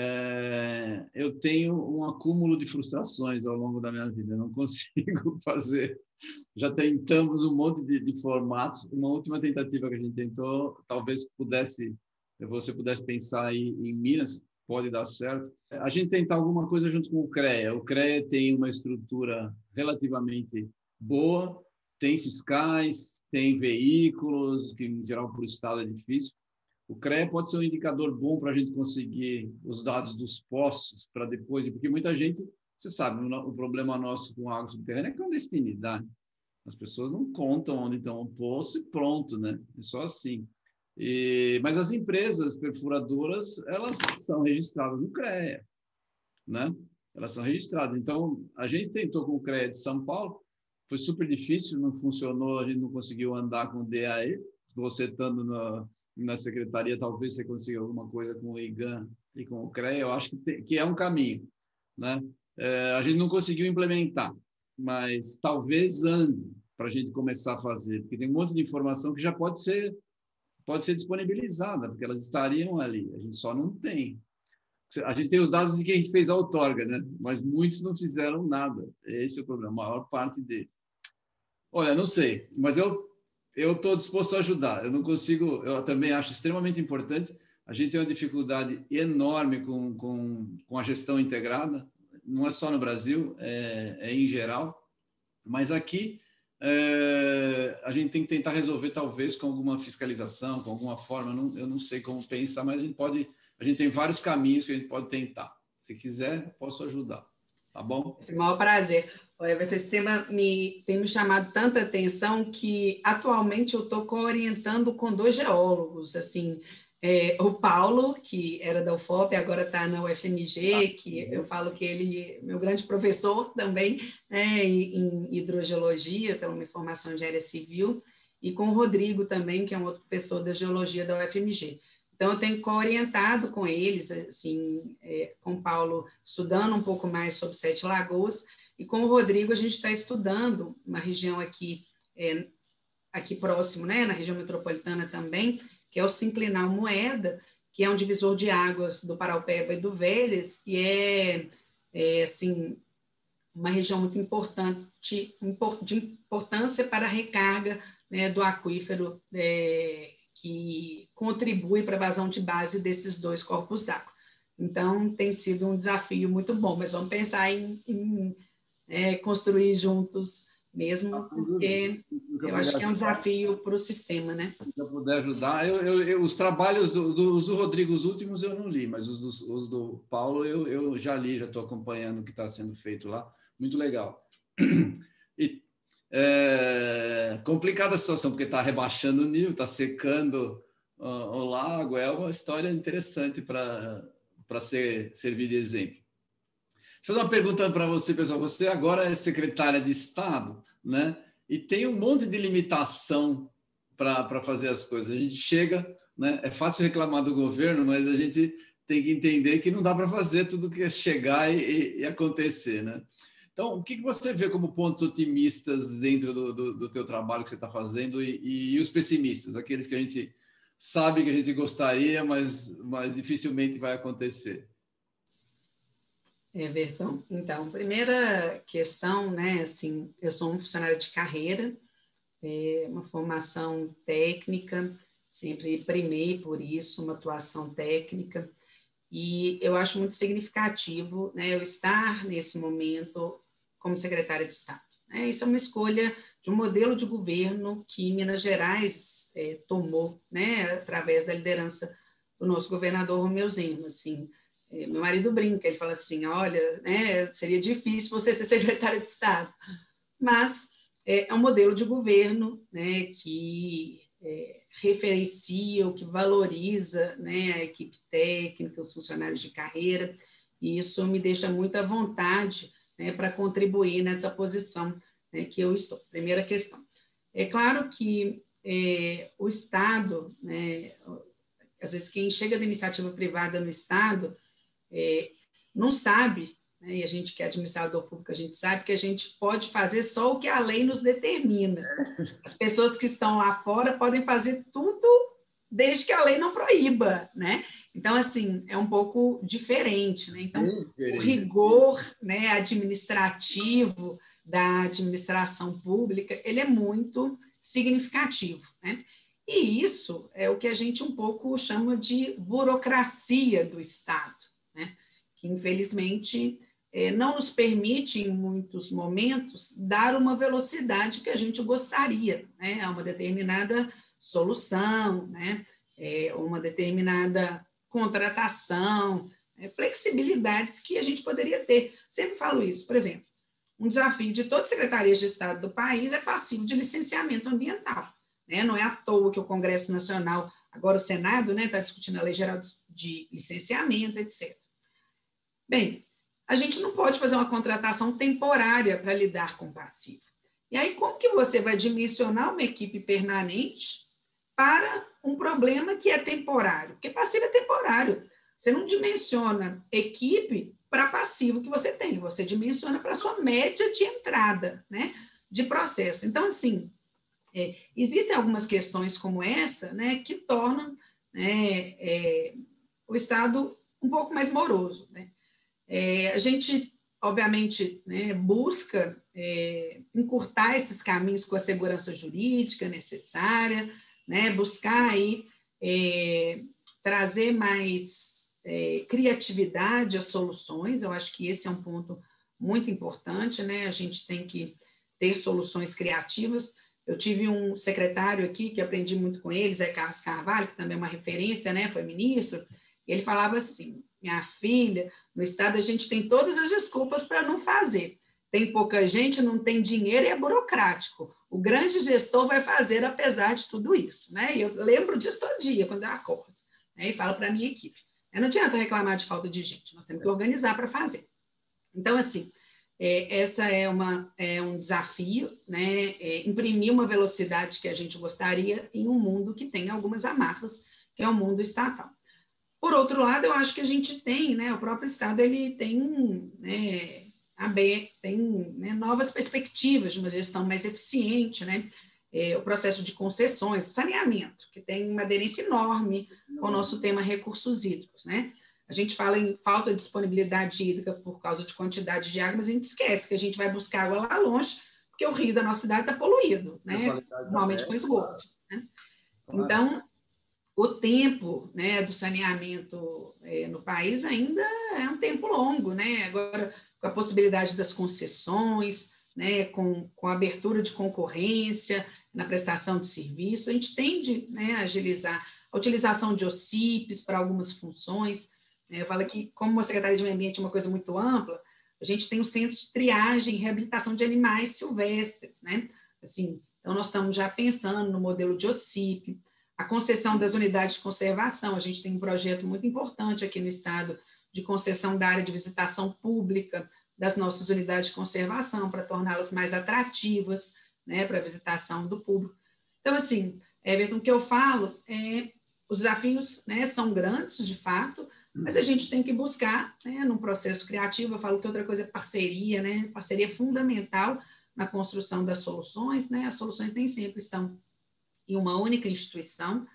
é, eu tenho um acúmulo de frustrações ao longo da minha vida, eu não consigo fazer. Já tentamos um monte de, de formatos, uma última tentativa que a gente tentou, talvez pudesse, você pudesse pensar aí em Minas, pode dar certo. A gente tentar alguma coisa junto com o CREA. O CREA tem uma estrutura relativamente boa, tem fiscais, tem veículos, que em geral para o Estado é difícil. O CREA pode ser um indicador bom para a gente conseguir os dados dos poços para depois, porque muita gente, você sabe, o problema nosso com a água subterrânea é clandestinidade. As pessoas não contam onde estão o poço e pronto, né? É só assim. E, mas as empresas perfuradoras, elas são registradas no CREA, né? Elas são registradas. Então, a gente tentou com o CREA de São Paulo, foi super difícil, não funcionou, a gente não conseguiu andar com o D A E. Você estando na, na secretaria, talvez você consiga alguma coisa com o IGAM e com o CREA, eu acho que, tem, que é um caminho, né? É, a gente não conseguiu implementar, mas talvez ande para a gente começar a fazer, porque tem um monte de informação que já pode ser, pode ser disponibilizada, porque elas estariam ali, a gente só não tem. A gente tem os dados de quem fez a outorga, né? Mas muitos não fizeram nada. Esse é o problema, a maior parte deles. Olha, não sei, mas eu eu estou disposto a ajudar. Eu não consigo, eu também acho extremamente importante. A gente tem uma dificuldade enorme com, com, com a gestão integrada, não é só no Brasil, é, é em geral, mas aqui é, a gente tem que tentar resolver, talvez, com alguma fiscalização, com alguma forma, eu não, eu não sei como pensar, mas a gente pode, a gente tem vários caminhos que a gente pode tentar. Se quiser, posso ajudar, tá bom? Esse é o maior prazer. Everton, esse tema me, tem me chamado tanta atenção que, atualmente, eu estou co-orientando com dois geólogos, assim, é, o Paulo, que era da U F O P, agora está na U F M G, que eu falo que ele é meu grande professor também, né, em hidrogeologia, pela minha formação em engenharia civil, e com o Rodrigo também, que é um outro professor da geologia da U F M G. Então, eu tenho co-orientado com eles, assim, é, com o Paulo, estudando um pouco mais sobre Sete Lagoas, e com o Rodrigo a gente está estudando uma região aqui, é, aqui próximo, né, na região metropolitana também, que é o Sinclinal Moeda, que é um divisor de águas do Paraupeba e do Vélez, e é, é assim, uma região muito importante, de importância para a recarga, né, do aquífero, é, que contribui para a vazão de base desses dois corpos d'água. Então, tem sido um desafio muito bom, mas vamos pensar em, em é, construir juntos mesmo, porque eu acho que é um desafio para o sistema, né? Se eu puder ajudar, eu, eu, eu, os trabalhos do, do, do Rodrigo, os últimos, eu não li, mas os do, os do Paulo eu, eu já li, já estou acompanhando o que está sendo feito lá. Muito legal. E é complicada a situação, porque está rebaixando o nível, está secando uh, o lago, é uma história interessante para ser, servir de exemplo. Deixa eu fazer uma pergunta para você, pessoal. Você agora é secretária de Estado, né? E tem um monte de limitação para fazer as coisas. A gente chega, né? É fácil reclamar do governo, mas a gente tem que entender que não dá para fazer tudo que é chegar e, e acontecer, né? Então, o que você vê como pontos otimistas dentro do, do, do teu trabalho que você está fazendo e, e, e os pessimistas, aqueles que a gente sabe que a gente gostaria, mas, mas dificilmente vai acontecer? Everton, então, primeira questão, né, assim, eu sou um funcionário de carreira, é, uma formação técnica, sempre primei por isso, uma atuação técnica, e eu acho muito significativo, né, eu estar nesse momento como secretária de Estado. Né? Isso é uma escolha de um modelo de governo que Minas Gerais é, tomou, né, através da liderança do nosso governador Romeu Zema. Assim, é, meu marido brinca, ele fala assim, olha, né, seria difícil você ser secretária de Estado, mas é, é um modelo de governo, né, que é, referencia, o que valoriza, né, a equipe técnica, os funcionários de carreira, e isso me deixa muito à vontade, né, para contribuir nessa posição, né, que eu estou. Primeira questão. É claro que é, o Estado, né, às vezes quem chega da iniciativa privada no Estado é, não sabe, né, e a gente que é administrador público, a gente sabe que a gente pode fazer só o que a lei nos determina. As pessoas que estão lá fora podem fazer tudo desde que a lei não proíba, né? Então, assim, é um pouco diferente, né? Então, diferente. O rigor, né, administrativo da administração pública, ele é muito significativo, né? E isso é o que a gente um pouco chama de burocracia do Estado, né? Que, infelizmente, não nos permite, em muitos momentos, dar uma velocidade que a gente gostaria, né? A uma determinada solução, né? É uma determinada contratação, né? Flexibilidades que a gente poderia ter. Sempre falo isso, por exemplo, um desafio de todas as secretarias de Estado do país é passivo de licenciamento ambiental, né? Não é à toa que o Congresso Nacional, agora o Senado, né, está discutindo a Lei Geral de Licenciamento, etcétera. Bem, a gente não pode fazer uma contratação temporária para lidar com passivo. E aí, como que você vai dimensionar uma equipe permanente para um problema que é temporário? Porque passivo é temporário. Você não dimensiona equipe para passivo que você tem, você dimensiona para a sua média de entrada, né, de processo. Então, assim, é, existem algumas questões como essa, né, que tornam, né, é, o Estado um pouco mais moroso, né? É, a gente, obviamente, né, busca é, encurtar esses caminhos com a segurança jurídica necessária, né, buscar aí, é, trazer mais é, criatividade às soluções. Eu acho que esse é um ponto muito importante, né? A gente tem que ter soluções criativas. Eu tive um secretário aqui que aprendi muito com ele, Zé Carlos Carvalho, que também é uma referência, né, foi ministro, e ele falava assim, minha filha, no Estado a gente tem todas as desculpas para não fazer. Tem pouca gente, não tem dinheiro e é burocrático. O grande gestor vai fazer apesar de tudo isso, né? E eu lembro disso todo dia, quando eu acordo, né? E falo para a minha equipe. Não adianta reclamar de falta de gente, nós temos que organizar para fazer. Então, assim, é, essa é, uma, é um desafio, né? É imprimir uma velocidade que a gente gostaria em um mundo que tem algumas amarras, que é o mundo estatal. Por outro lado, eu acho que a gente tem, né, o próprio Estado ele tem, né, tem né, novas perspectivas de uma gestão mais eficiente, né, é, o processo de concessões, saneamento, que tem uma aderência enorme com o nosso tema recursos hídricos, né? A gente fala em falta de disponibilidade hídrica por causa de quantidade de água, mas a gente esquece que a gente vai buscar água lá longe, porque o rio da nossa cidade está poluído, né? Normalmente com esgoto, né? Então, o tempo, né, do saneamento é, no país ainda é um tempo longo, né? Agora, com a possibilidade das concessões, né, com, com a abertura de concorrência na prestação de serviço, a gente tende, né, a agilizar a utilização de O C I Ps para algumas funções. Eu falo que, como a Secretaria de Meio Ambiente é uma coisa muito ampla, a gente tem o Centro de Triagem e Reabilitação de Animais Silvestres, né? Assim, então, nós estamos já pensando no modelo de O C I P, a concessão das unidades de conservação. A gente tem um projeto muito importante aqui no Estado de concessão da área de visitação pública das nossas unidades de conservação, para torná-las mais atrativas, né, para a visitação do público. Então, assim, Everton, o que eu falo é, os desafios, né, são grandes, de fato, mas a gente tem que buscar, né, num processo criativo. Eu falo que outra coisa é parceria, né, parceria é fundamental na construção das soluções, né, as soluções nem sempre estão em uma única instituição,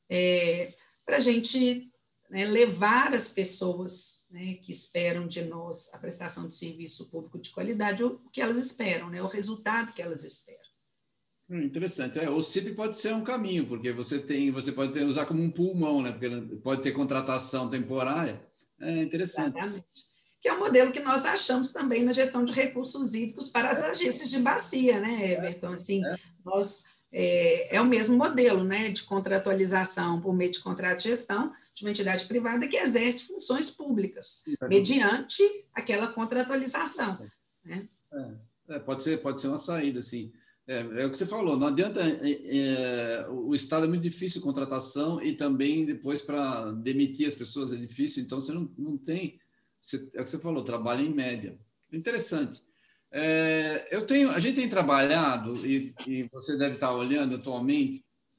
é, para a gente, né, levar as pessoas, né, que esperam de nós a prestação de serviço público de qualidade, o que elas esperam, né, o resultado que elas esperam. Hum, interessante. É, o C I P pode ser um caminho, porque você tem, você pode ter, usar como um pulmão, né? Porque pode ter contratação temporária. É interessante. Exatamente. Que é o modelo que nós achamos também na gestão de recursos hídricos para as agências de bacia, né, Everton? Assim, É, nós, é, é o mesmo modelo, né, de contratualização por meio de contrato de gestão de uma entidade privada que exerce funções públicas, mediante aquela contratualização, né? é, é, pode ser, pode ser uma saída, sim. É, é o que você falou, não adianta. É, é, o Estado é muito difícil contratação e também depois para demitir as pessoas é difícil, então você não, não tem. Você, é o que você falou, trabalha em média. Interessante. É, eu tenho, a gente tem trabalhado, e, e você deve estar olhando atualmente,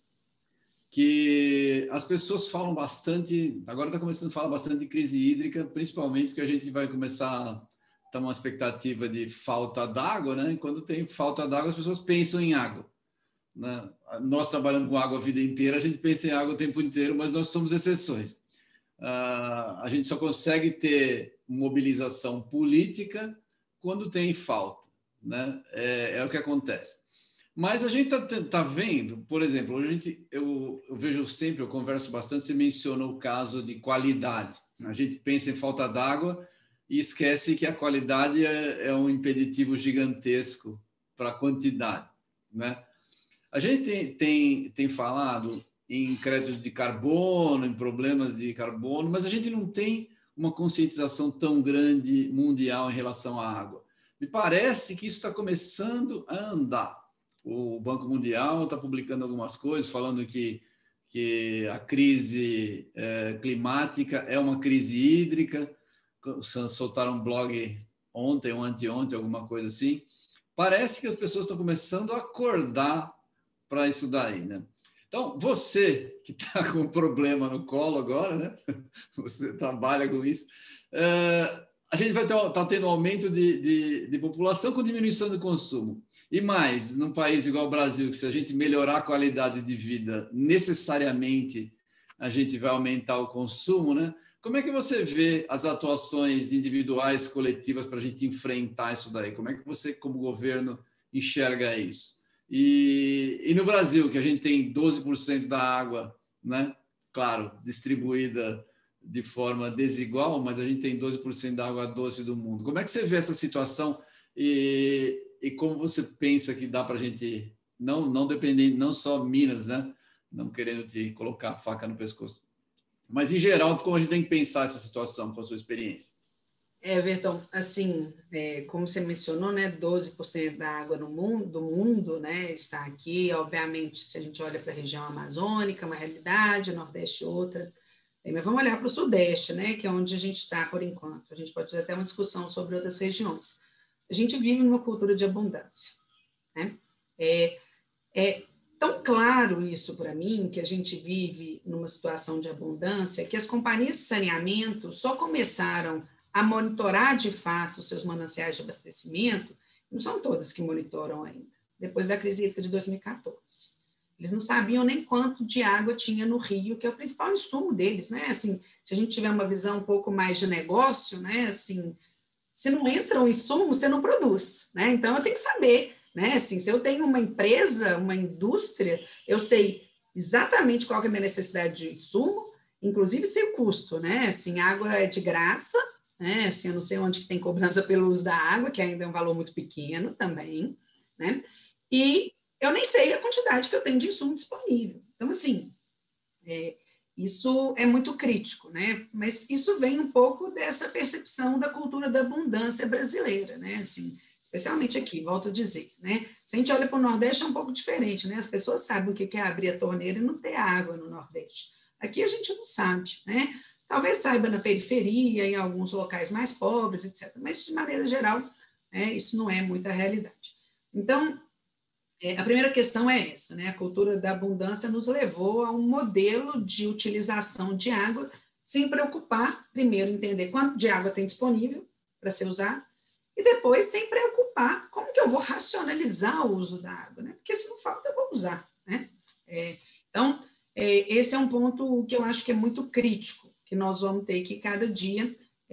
que as pessoas falam bastante, agora está começando a falar bastante de crise hídrica, principalmente porque a gente vai começar tá uma expectativa de falta d'água, né? E quando tem falta d'água, as pessoas pensam em água, né? Nós trabalhamos com água a vida inteira, a gente pensa em água o tempo inteiro, mas nós somos exceções. Uh, a gente só consegue ter mobilização política quando tem falta, né? É, é o que acontece. Mas a gente está tá vendo, por exemplo, hoje a gente, eu, eu vejo sempre, eu converso bastante, você mencionou o caso de qualidade. A gente pensa em falta d'água e esquece que a qualidade é, é um impeditivo gigantesco para a quantidade, né? A gente tem, tem, tem falado em crédito de carbono, em problemas de carbono, mas a gente não tem uma conscientização tão grande mundial em relação à água. Me parece que isso está começando a andar. O Banco Mundial está publicando algumas coisas, falando que, que a crise é, climática é uma crise hídrica. Soltaram um blog ontem ou anteontem, alguma coisa assim. Parece que as pessoas estão começando a acordar para isso daí, né? Então, você que está com um problema no colo agora, né? Você trabalha com isso. É, a gente vai estar tá tendo um aumento de, de, de população com diminuição do consumo. E mais, num país igual ao Brasil, que se a gente melhorar a qualidade de vida, necessariamente a gente vai aumentar o consumo, né? Como é que você vê as atuações individuais, coletivas, para a gente enfrentar isso daí? Como é que você, como governo, enxerga isso? E, e no Brasil, que a gente tem doze por cento da água, né? Claro, distribuída de forma desigual, mas a gente tem doze por cento da água doce do mundo. Como é que você vê essa situação e, e como você pensa que dá para a gente, não, não dependendo, não só Minas, né? Não querendo te colocar a faca no pescoço, mas em geral, como a gente tem que pensar essa situação com a sua experiência? Everton, assim, é, como você mencionou, né, doze por cento da água no mundo, do mundo, né, está aqui. Obviamente, se a gente olha para a região amazônica, uma realidade, o Nordeste outra. É, mas vamos olhar para o Sudeste, né, que é onde a gente está por enquanto. A gente pode fazer até uma discussão sobre outras regiões. A gente vive numa cultura de abundância, né? É, é tão claro isso para mim, que a gente vive numa situação de abundância, que as companhias de saneamento só começaram a monitorar de fato os seus mananciais de abastecimento, não são todas que monitoram ainda, depois da crise hídrica de dois mil e quatorze. Eles não sabiam nem quanto de água tinha no rio, que é o principal insumo deles, né? Assim, se a gente tiver uma visão um pouco mais de negócio, né? Assim, se não entra um insumo, você não produz, né? Então eu tenho que saber, né? Assim, se eu tenho uma empresa, uma indústria, eu sei exatamente qual é a minha necessidade de insumo, inclusive sei o custo, né? Assim, água é de graça, né? Assim, eu não sei onde que tem cobrança pelo uso da água, que ainda é um valor muito pequeno também, né? E eu nem sei a quantidade que eu tenho de insumo disponível. Então, assim, é, isso é muito crítico, né? Mas isso vem um pouco dessa percepção da cultura da abundância brasileira, né? Assim, especialmente aqui, volto a dizer, né? Se a gente olha para o Nordeste é um pouco diferente, né? As pessoas sabem o que é abrir a torneira e não ter água no Nordeste. Aqui a gente não sabe, né? Talvez saiba na periferia, em alguns locais mais pobres, etcétera. Mas, de maneira geral, né, isso não é muita realidade. Então, é, a primeira questão é essa, né? A cultura da abundância nos levou a um modelo de utilização de água sem preocupar, primeiro, entender quanto de água tem disponível para ser usado, e depois, sem preocupar, como que eu vou racionalizar o uso da água, né? Porque se não falta, eu vou usar, né? É, então, é, esse é um ponto que eu acho que é muito crítico, que nós vamos ter que, cada dia,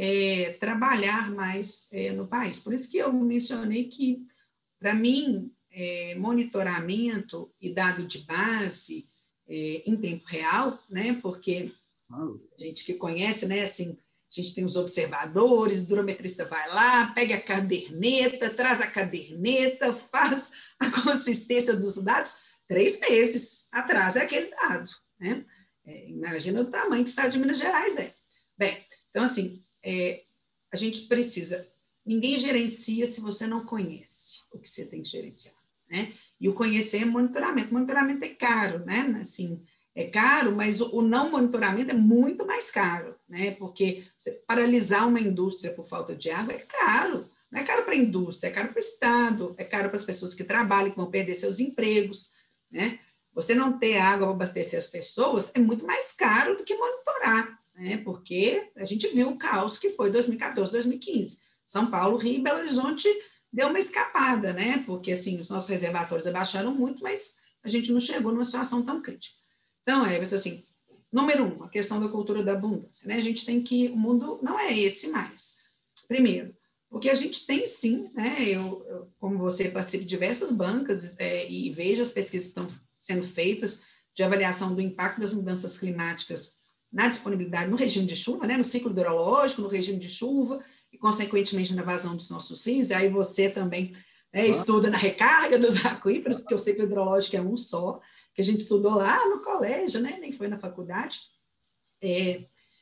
é, trabalhar mais é, no país. Por isso que eu mencionei que, para mim, é, monitoramento e dado de base é, em tempo real, né? Porque a gente que conhece, né? Assim, a gente tem os observadores, o hidrometrista vai lá, pega a caderneta, traz a caderneta, faz a consistência dos dados, três meses atrás é aquele dado, né? É, imagina o tamanho que o estado de Minas Gerais é. Bem, então, assim, é, a gente precisa... Ninguém gerencia se você não conhece o que você tem que gerenciar, né? E o conhecer é monitoramento. Monitoramento é caro, né? Assim, é caro, mas o, o não monitoramento é muito mais caro, né? Porque você paralisar uma indústria por falta de água é caro. Não é caro para a indústria, é caro para o Estado, é caro para as pessoas que trabalham, que vão perder seus empregos, né? Você não ter água para abastecer as pessoas é muito mais caro do que monitorar, né? Porque a gente viu o caos que foi dois mil e quatorze, dois mil e quinze. São Paulo, Rio e Belo Horizonte deu uma escapada, né? Porque, assim, os nossos reservatórios abaixaram muito, mas a gente não chegou numa situação tão crítica. Então, Everton, assim, número um, a questão da cultura da abundância, né? A gente tem que... O mundo não é esse mais. Primeiro, porque a gente tem, sim, né? Eu, eu como você, participo de diversas bancas é, e vejo as pesquisas que estão sendo feitas de avaliação do impacto das mudanças climáticas na disponibilidade, no regime de chuva, né? No ciclo hidrológico, no regime de chuva, e, consequentemente, na vazão dos nossos rios. E aí você também né, estuda na recarga dos aquíferos, porque o ciclo hidrológico é um só, que a gente estudou lá no colégio, né, nem foi na faculdade. É,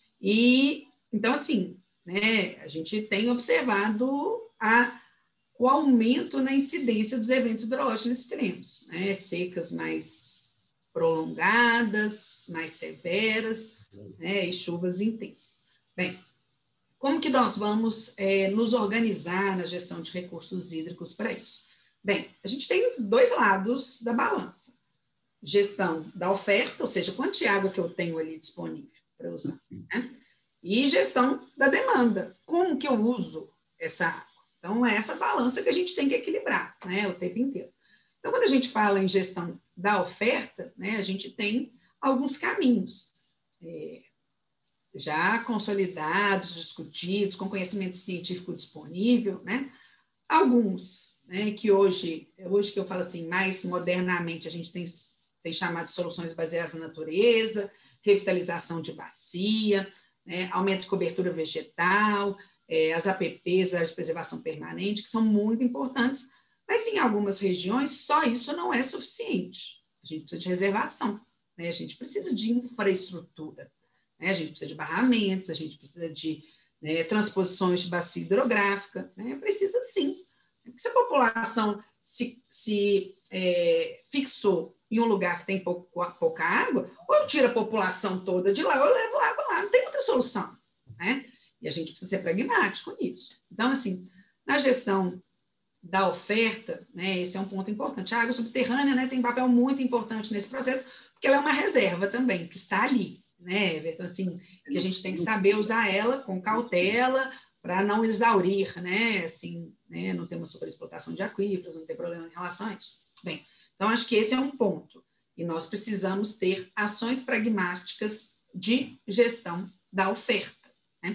e, então, assim, né, a gente tem observado a, o aumento na incidência dos eventos hidrológicos extremos, né, secas mais prolongadas, mais severas, né, e chuvas intensas. Bem, como que nós vamos é, nos organizar na gestão de recursos hídricos para isso? Bem, a gente tem dois lados da balança. Gestão da oferta, ou seja, quanto de água que eu tenho ali disponível para usar, né? E gestão da demanda, como que eu uso essa água. Então, é essa balança que a gente tem que equilibrar, né, o tempo inteiro. Então, quando a gente fala em gestão da oferta, né, a gente tem alguns caminhos. É, já consolidados, discutidos, com conhecimento científico disponível, né? Alguns, né, que hoje, hoje que eu falo assim, mais modernamente, a gente tem, tem chamado de soluções baseadas na natureza, revitalização de bacia, né, aumento de cobertura vegetal, é, as A P Ps, áreas de preservação permanente, que são muito importantes, mas em algumas regiões só isso não é suficiente. A gente precisa de reservação, né? A gente precisa de infraestrutura. Né? A gente precisa de barramentos, a gente precisa de né, transposições de bacia hidrográfica, né? Precisa sim. Porque se a população se, se é, fixou em um lugar que tem pouco, pouca água, ou eu tiro a população toda de lá, ou eu levo água lá, não tem outra solução. Né? E a gente precisa ser pragmático nisso. Então, assim, na gestão da oferta, né, esse é um ponto importante. A água subterrânea né, tem um papel muito importante nesse processo, porque ela é uma reserva também, que está ali. Né, Everton? Assim, que a gente tem que saber usar ela com cautela para não exaurir, né, assim, né, não ter uma superexplotação de aquíferos, não ter problema em relação a isso. Bem, então acho que esse é um ponto, e nós precisamos ter ações pragmáticas de gestão da oferta. Né?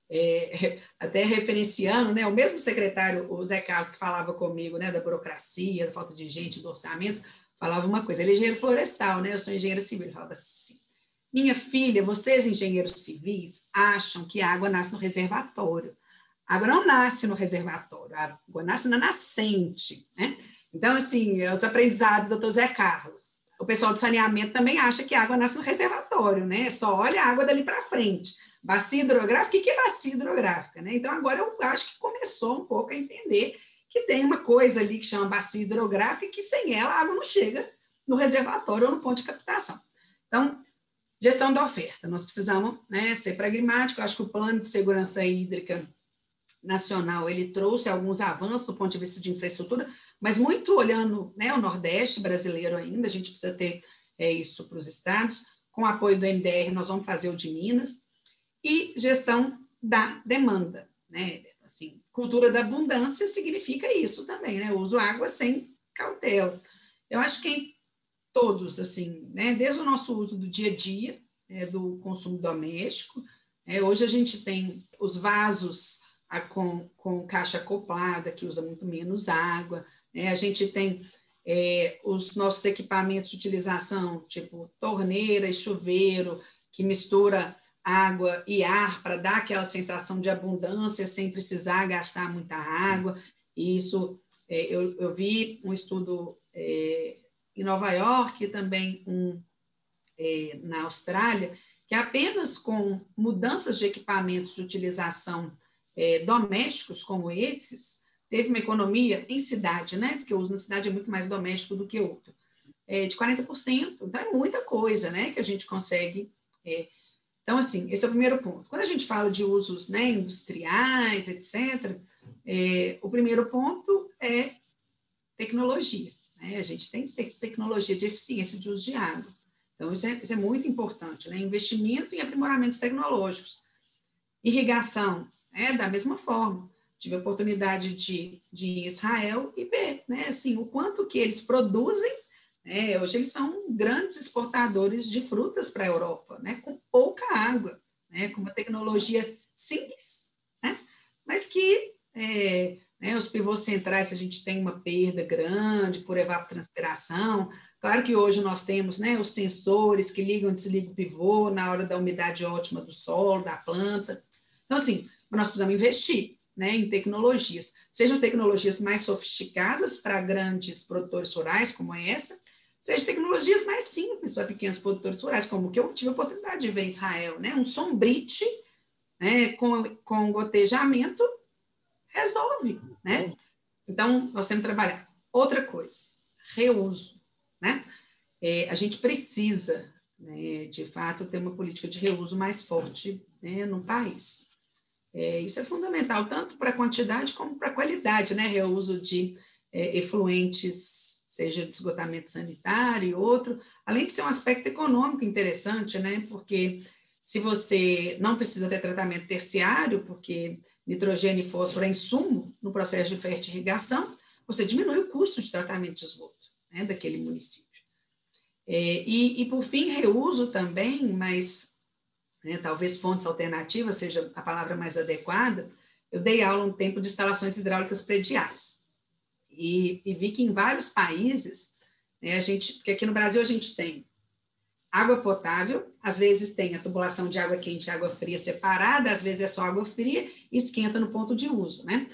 É, até referenciando, né, o mesmo secretário, o Zé Carlos, que falava comigo né, da burocracia, da falta de gente, do orçamento, falava uma coisa, ele é engenheiro florestal, né, eu sou engenheiro civil, ele falava assim, minha filha, vocês, engenheiros civis, acham que a água nasce no reservatório. A água não nasce no reservatório, a água nasce na nascente. Né? Então, assim, os aprendizados do doutor Zé Carlos. O pessoal do saneamento também acha que a água nasce no reservatório, né? Só olha a água dali para frente. Bacia hidrográfica, o que é bacia hidrográfica? Né? Então, agora eu acho que começou um pouco a entender que tem uma coisa ali que chama bacia hidrográfica e que sem ela a água não chega no reservatório ou no ponto de captação. Então, gestão da oferta, nós precisamos né, ser pragmáticos, acho que o Plano de Segurança Hídrica Nacional, ele trouxe alguns avanços do ponto de vista de infraestrutura, mas muito olhando né, o Nordeste brasileiro ainda, a gente precisa ter é, isso para os estados, com o apoio do M D R nós vamos fazer o de Minas, e gestão da demanda, né, assim, cultura da abundância significa isso também, né, eu uso água sem cautela. Eu acho que todos, assim, né? Desde o nosso uso do dia a dia, né, do consumo doméstico, né, hoje a gente tem os vasos a, com, com caixa acoplada, que usa muito menos água, né, a gente tem é, os nossos equipamentos de utilização, tipo torneira e chuveiro, que mistura água e ar para dar aquela sensação de abundância sem precisar gastar muita água. E isso, é, eu, eu vi um estudo é, em Nova York e também um é, na Austrália, que apenas com mudanças de equipamentos de utilização é, domésticos como esses, teve uma economia em cidade, né? Porque o uso na cidade é muito mais doméstico do que outro, é, de quarenta por cento. Então, é muita coisa, né, que a gente consegue... É. Então, assim, esse é o primeiro ponto. Quando a gente fala de usos, né, industriais, etcétera, é, o primeiro ponto é tecnologia, né? A gente tem que ter tecnologia de eficiência de uso de água. Então, isso é, isso é muito importante, né? Investimento em aprimoramentos tecnológicos. Irrigação, né? Da mesma forma. Tive a oportunidade de, de ir em Israel e ver, né? Assim, o quanto que eles produzem, né? Hoje eles são grandes exportadores de frutas para a Europa, né? Com pouca água, né? Com uma tecnologia simples, né? Mas que é, né, os pivôs centrais, a gente tem uma perda grande por evapotranspiração. Claro que hoje nós temos, né, os sensores que ligam e desligam o pivô na hora da umidade ótima do solo, da planta. Então, assim, nós precisamos investir, né, em tecnologias, sejam tecnologias mais sofisticadas para grandes produtores rurais, como essa, sejam tecnologias mais simples para pequenos produtores rurais, como o que eu tive a oportunidade de ver em Israel, né, um sombrite, né, com, com gotejamento, resolve, né? Então, nós temos que trabalhar. Outra coisa, reuso, né? É, a gente precisa, né, de fato, ter uma política de reuso mais forte, né, no país. É, isso é fundamental, tanto para a quantidade como para a qualidade, né? Reuso de é, efluentes, seja de esgotamento sanitário e outro, além de ser um aspecto econômico interessante, né? Porque se você não precisa ter tratamento terciário, porque nitrogênio e fósforo é insumo no processo de fertirrigação, você diminui o custo de tratamento de esgoto, né, daquele município. É, e, e, por fim, reuso também, mas né, talvez fontes alternativas seja a palavra mais adequada. Eu dei aula um tempo de instalações hidráulicas prediais e, e vi que em vários países, né, a gente, porque aqui no Brasil a gente tem água potável, às vezes tem a tubulação de água quente e água fria separada, às vezes é só água fria e esquenta no ponto de uso, né?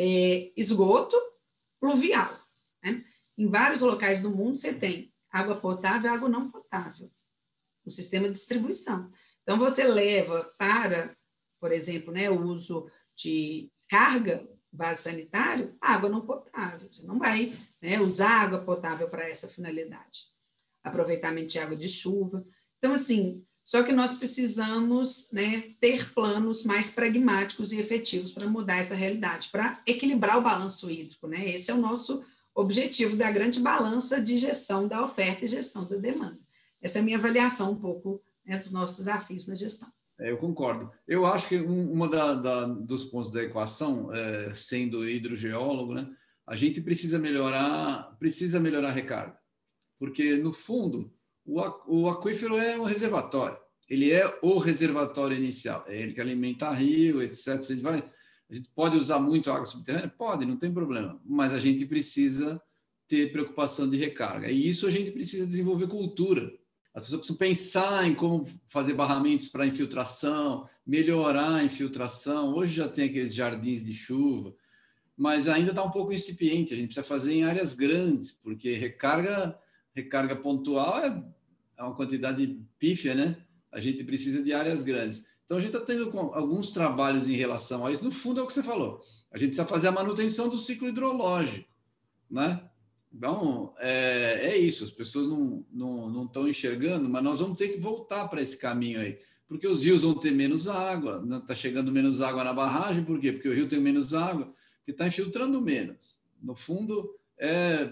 É, esgoto pluvial, né? Em vários locais do mundo você tem água potável e água não potável, o sistema de distribuição. Então, você leva para, por exemplo, né, o uso de carga, vaso sanitário, água não potável. Você não vai, né, usar água potável para essa finalidade. Aproveitamento de água de chuva. Então, assim, só que nós precisamos, né, ter planos mais pragmáticos e efetivos para mudar essa realidade, para equilibrar o balanço hídrico, né? Esse é o nosso objetivo da grande balança de gestão da oferta e gestão da demanda. Essa é a minha avaliação um pouco, né, dos nossos desafios na gestão. É, eu concordo. Eu acho que um, uma da, da, dos pontos da equação, é, sendo hidrogeólogo, né, a gente precisa melhorar, precisa melhorar a recarga. Porque, no fundo, o, o aquífero é um reservatório. Ele é o reservatório inicial. É ele que alimenta rio, etcétera. A gente, vai, a gente pode usar muito água subterrânea? Pode, não tem problema. Mas a gente precisa ter preocupação de recarga. E isso a gente precisa desenvolver cultura. As pessoas precisam pensar em como fazer barramentos para infiltração, melhorar a infiltração. Hoje já tem aqueles jardins de chuva, mas ainda está um pouco incipiente. A gente precisa fazer em áreas grandes, porque recarga... recarga pontual é, é uma quantidade pífia, né? A gente precisa de áreas grandes. Então, a gente está tendo alguns trabalhos em relação a isso. No fundo, é o que você falou. A gente precisa fazer a manutenção do ciclo hidrológico, né? Então, é, é isso. As pessoas não, não, não estão enxergando, mas nós vamos ter que voltar para esse caminho aí. Porque os rios vão ter menos água, está chegando menos água na barragem. Por quê? Porque o rio tem menos água, porque está infiltrando menos. No fundo, é...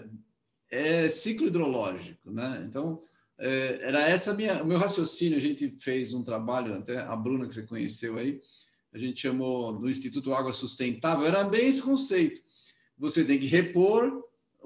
é ciclo hidrológico, né? Então, é, era essa minha, o meu raciocínio. A gente fez um trabalho, até a Bruna, que você conheceu aí, a gente chamou do Instituto Água Sustentável, era bem esse conceito. Você tem que repor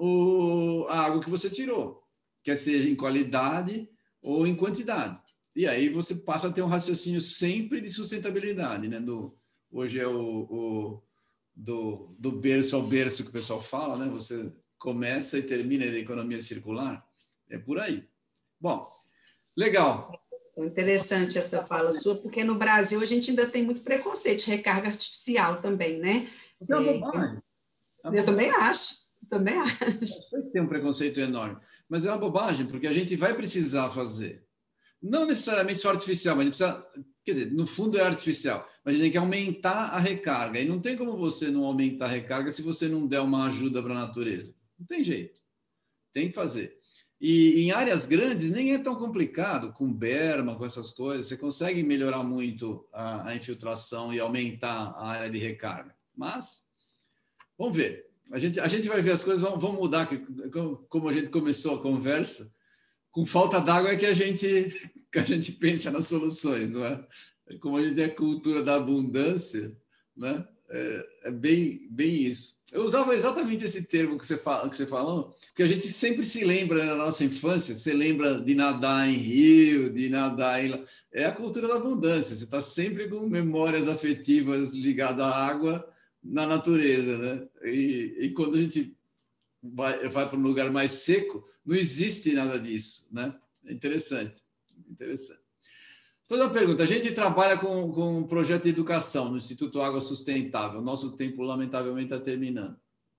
o, a água que você tirou, quer seja em qualidade ou em quantidade. E aí você passa a ter um raciocínio sempre de sustentabilidade, né? Do, hoje é o, o do, do berço ao berço que o pessoal fala, né? Você começa e termina da economia circular. É por aí. Bom, legal. Interessante essa fala sua, porque no Brasil a gente ainda tem muito preconceito de recarga artificial também, né? É uma bobagem. É, eu também acho, eu também acho. Eu sei que tem um preconceito enorme, mas é uma bobagem, porque a gente vai precisar fazer. Não necessariamente só artificial, mas a gente precisa, quer dizer, no fundo é artificial, mas a gente tem que aumentar a recarga. E não tem como você não aumentar a recarga se você não der uma ajuda para a natureza. Não tem jeito. Tem que fazer. E em áreas grandes nem é tão complicado, com berma, com essas coisas, você consegue melhorar muito a, a infiltração e aumentar a área de recarga. Mas, vamos ver. A gente, a gente vai ver as coisas, vão, vão mudar, como a gente começou a conversa. Com falta d'água é que a gente, que a gente pensa nas soluções, não é? Como a gente tem a cultura da abundância, né? É, é bem, bem isso. Eu usava exatamente esse termo que você, fala, que você falou, porque a gente sempre se lembra na nossa infância, você lembra de nadar em rio, de nadar em... É a cultura da abundância, você está sempre com memórias afetivas ligadas à água na natureza, né? E, e quando a gente vai, vai para um lugar mais seco, não existe nada disso, né? É interessante, interessante. Toda uma pergunta. A gente trabalha com, com um projeto de educação no Instituto Água Sustentável. Nosso tempo, lamentavelmente, está terminando.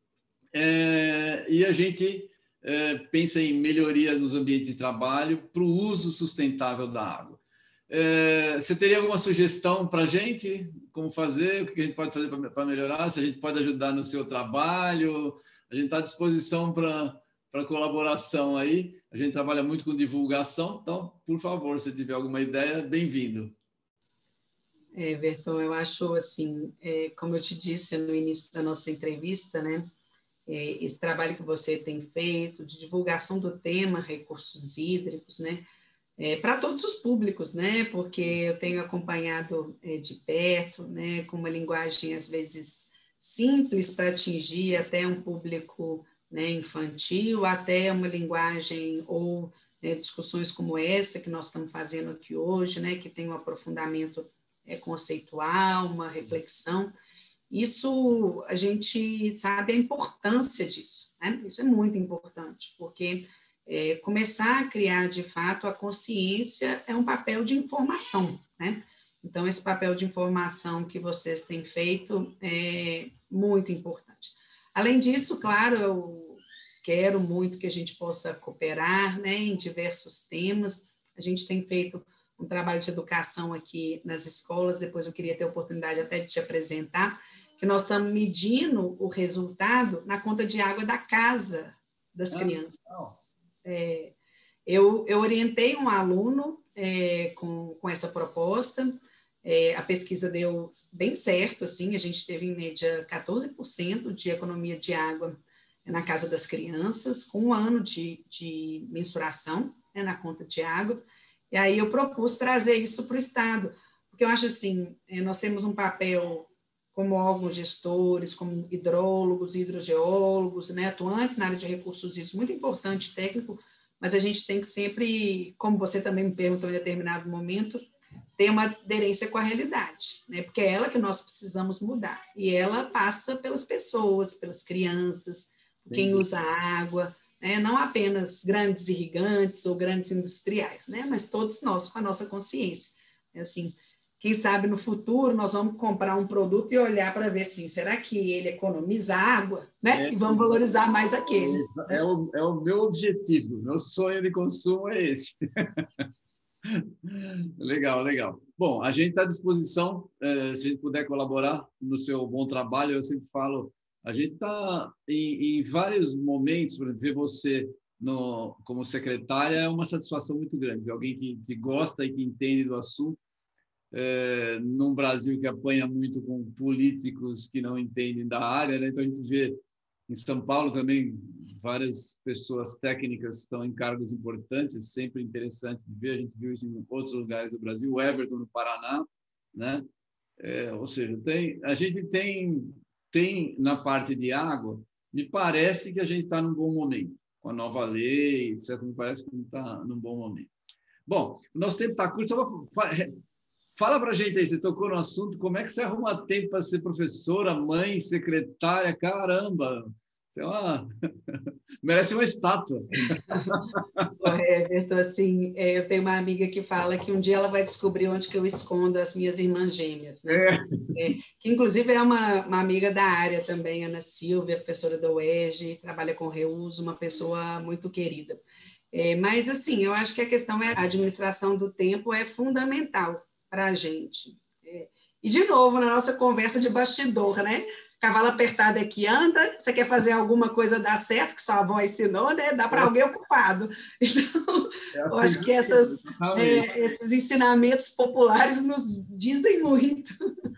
É, e a gente é, pensa em melhoria nos ambientes de trabalho para o uso sustentável da água. É, você teria alguma sugestão para a gente? Como fazer? O que a gente pode fazer para melhorar? Se a gente pode ajudar no seu trabalho? A gente está à disposição para... para colaboração aí. A gente trabalha muito com divulgação, então, por favor, se tiver alguma ideia, bem-vindo. É, Everton, eu acho assim, é, como eu te disse no início da nossa entrevista, né, é, esse trabalho que você tem feito de divulgação do tema recursos hídricos, né, é, para todos os públicos, né, porque eu tenho acompanhado é, de perto, né, com uma linguagem às vezes simples para atingir até um público, né, infantil, até uma linguagem ou né, discussões como essa que nós estamos fazendo aqui hoje, né, que tem um aprofundamento é, conceitual, uma reflexão. Isso, a gente sabe a importância disso, né? Isso é muito importante, porque é, começar a criar, de fato, a consciência é um papel de informação, né? Então, esse papel de informação que vocês têm feito é muito importante. Além disso, claro, eu quero muito que a gente possa cooperar, né, em diversos temas. A gente tem feito um trabalho de educação aqui nas escolas, depois eu queria ter a oportunidade até de te apresentar, que nós estamos medindo o resultado na conta de água da casa das crianças. É, eu, eu orientei um aluno é, com, com essa proposta. É, a pesquisa deu bem certo, assim, a gente teve em média quatorze por cento de economia de água na casa das crianças, com um ano de, de mensuração, né, na conta de água, e aí eu propus trazer isso para o Estado, porque eu acho assim, nós temos um papel como órgãos gestores, como hidrólogos, hidrogeólogos, né, atuantes na área de recursos, isso muito importante, técnico, mas a gente tem que sempre, como você também me perguntou em determinado momento, ter uma aderência com a realidade, né? Porque é ela que nós precisamos mudar, e ela passa pelas pessoas, pelas crianças, quem usa água, né? Não apenas grandes irrigantes ou grandes industriais, né? Mas todos nós com a nossa consciência. É assim, quem sabe no futuro nós vamos comprar um produto e olhar para ver assim, será que ele economiza água, né? É, e vamos valorizar mais aquele. É, é, o, é o meu objetivo, meu sonho de consumo é esse. Legal, legal. Bom, a gente está à disposição, eh, se a gente puder colaborar no seu bom trabalho, eu sempre falo, a gente está em, em vários momentos, por exemplo, ver você no, como secretária é uma satisfação muito grande, ver alguém que, que gosta e que entende do assunto, eh, num Brasil que apanha muito com políticos que não entendem da área, né? Então a gente vê em São Paulo também várias pessoas técnicas estão em cargos importantes, sempre interessante de ver. A gente viu isso em outros lugares do Brasil, o Everton no Paraná, né? É, ou seja, tem, a gente tem, tem na parte de água, me parece que a gente está num bom momento, com a nova lei, etcétera. Me parece que está num bom momento. Bom, o nosso tempo está curto, só fala para a gente aí, você tocou no assunto, como é que você arruma tempo para ser professora, mãe, secretária? Caramba! Você é uma... merece uma estátua. Everton, assim, é, eu tenho uma amiga que fala que um dia ela vai descobrir onde que eu escondo as minhas irmãs gêmeas, né? É. É, que inclusive é uma, uma amiga da área também, Ana Silvia, professora da U E R J, trabalha com reuso, uma pessoa muito querida. É, mas, assim, eu acho que a questão é a administração do tempo é fundamental para a gente. É, e, de novo, na nossa conversa de bastidor, né? Cavalo apertado é que anda, você quer fazer alguma coisa dar certo, que sua avó ensinou, né? Dá para alguém ocupado. Então, é assim, eu acho que essas, é, esses ensinamentos populares nos dizem muito.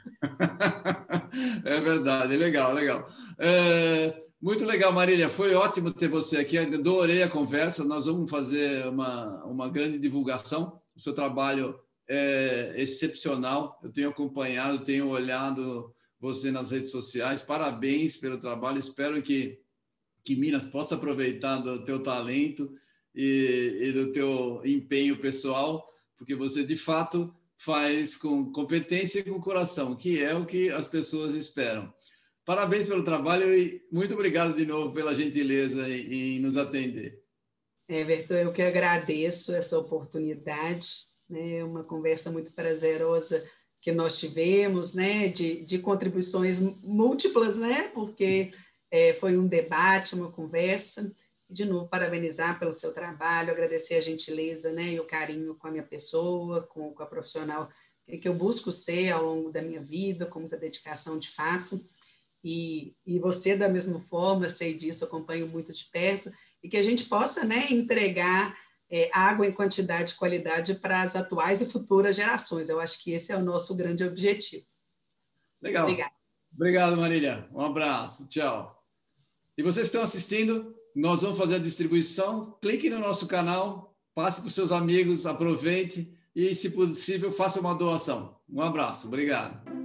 É verdade, legal, legal. É, muito legal, Marília, foi ótimo ter você aqui, adorei a conversa, nós vamos fazer uma, uma grande divulgação, o seu trabalho é excepcional, eu tenho acompanhado, tenho olhado você nas redes sociais, parabéns pelo trabalho, espero que, que Minas possa aproveitar do teu talento e, e do teu empenho pessoal, porque você, de fato, faz com competência e com coração, que é o que as pessoas esperam. Parabéns pelo trabalho e muito obrigado de novo pela gentileza em, em nos atender. Everton, eu que agradeço essa oportunidade, né? Uma conversa muito prazerosa que nós tivemos, né, de, de contribuições múltiplas, né, porque é, foi um debate, uma conversa. De novo, parabenizar pelo seu trabalho, agradecer a gentileza, né, e o carinho com a minha pessoa, com, com a profissional que eu busco ser ao longo da minha vida, com muita dedicação de fato. E, e você, da mesma forma, sei disso, acompanho muito de perto, e que a gente possa, né, entregar É, água em quantidade e qualidade para as atuais e futuras gerações. Eu acho que esse é o nosso grande objetivo. Legal. Obrigado, Obrigado Marília. Um abraço. Tchau. E vocês que estão assistindo, nós vamos fazer a distribuição. Clique no nosso canal, passe para os seus amigos, aproveite e, se possível, faça uma doação. Um abraço. Obrigado.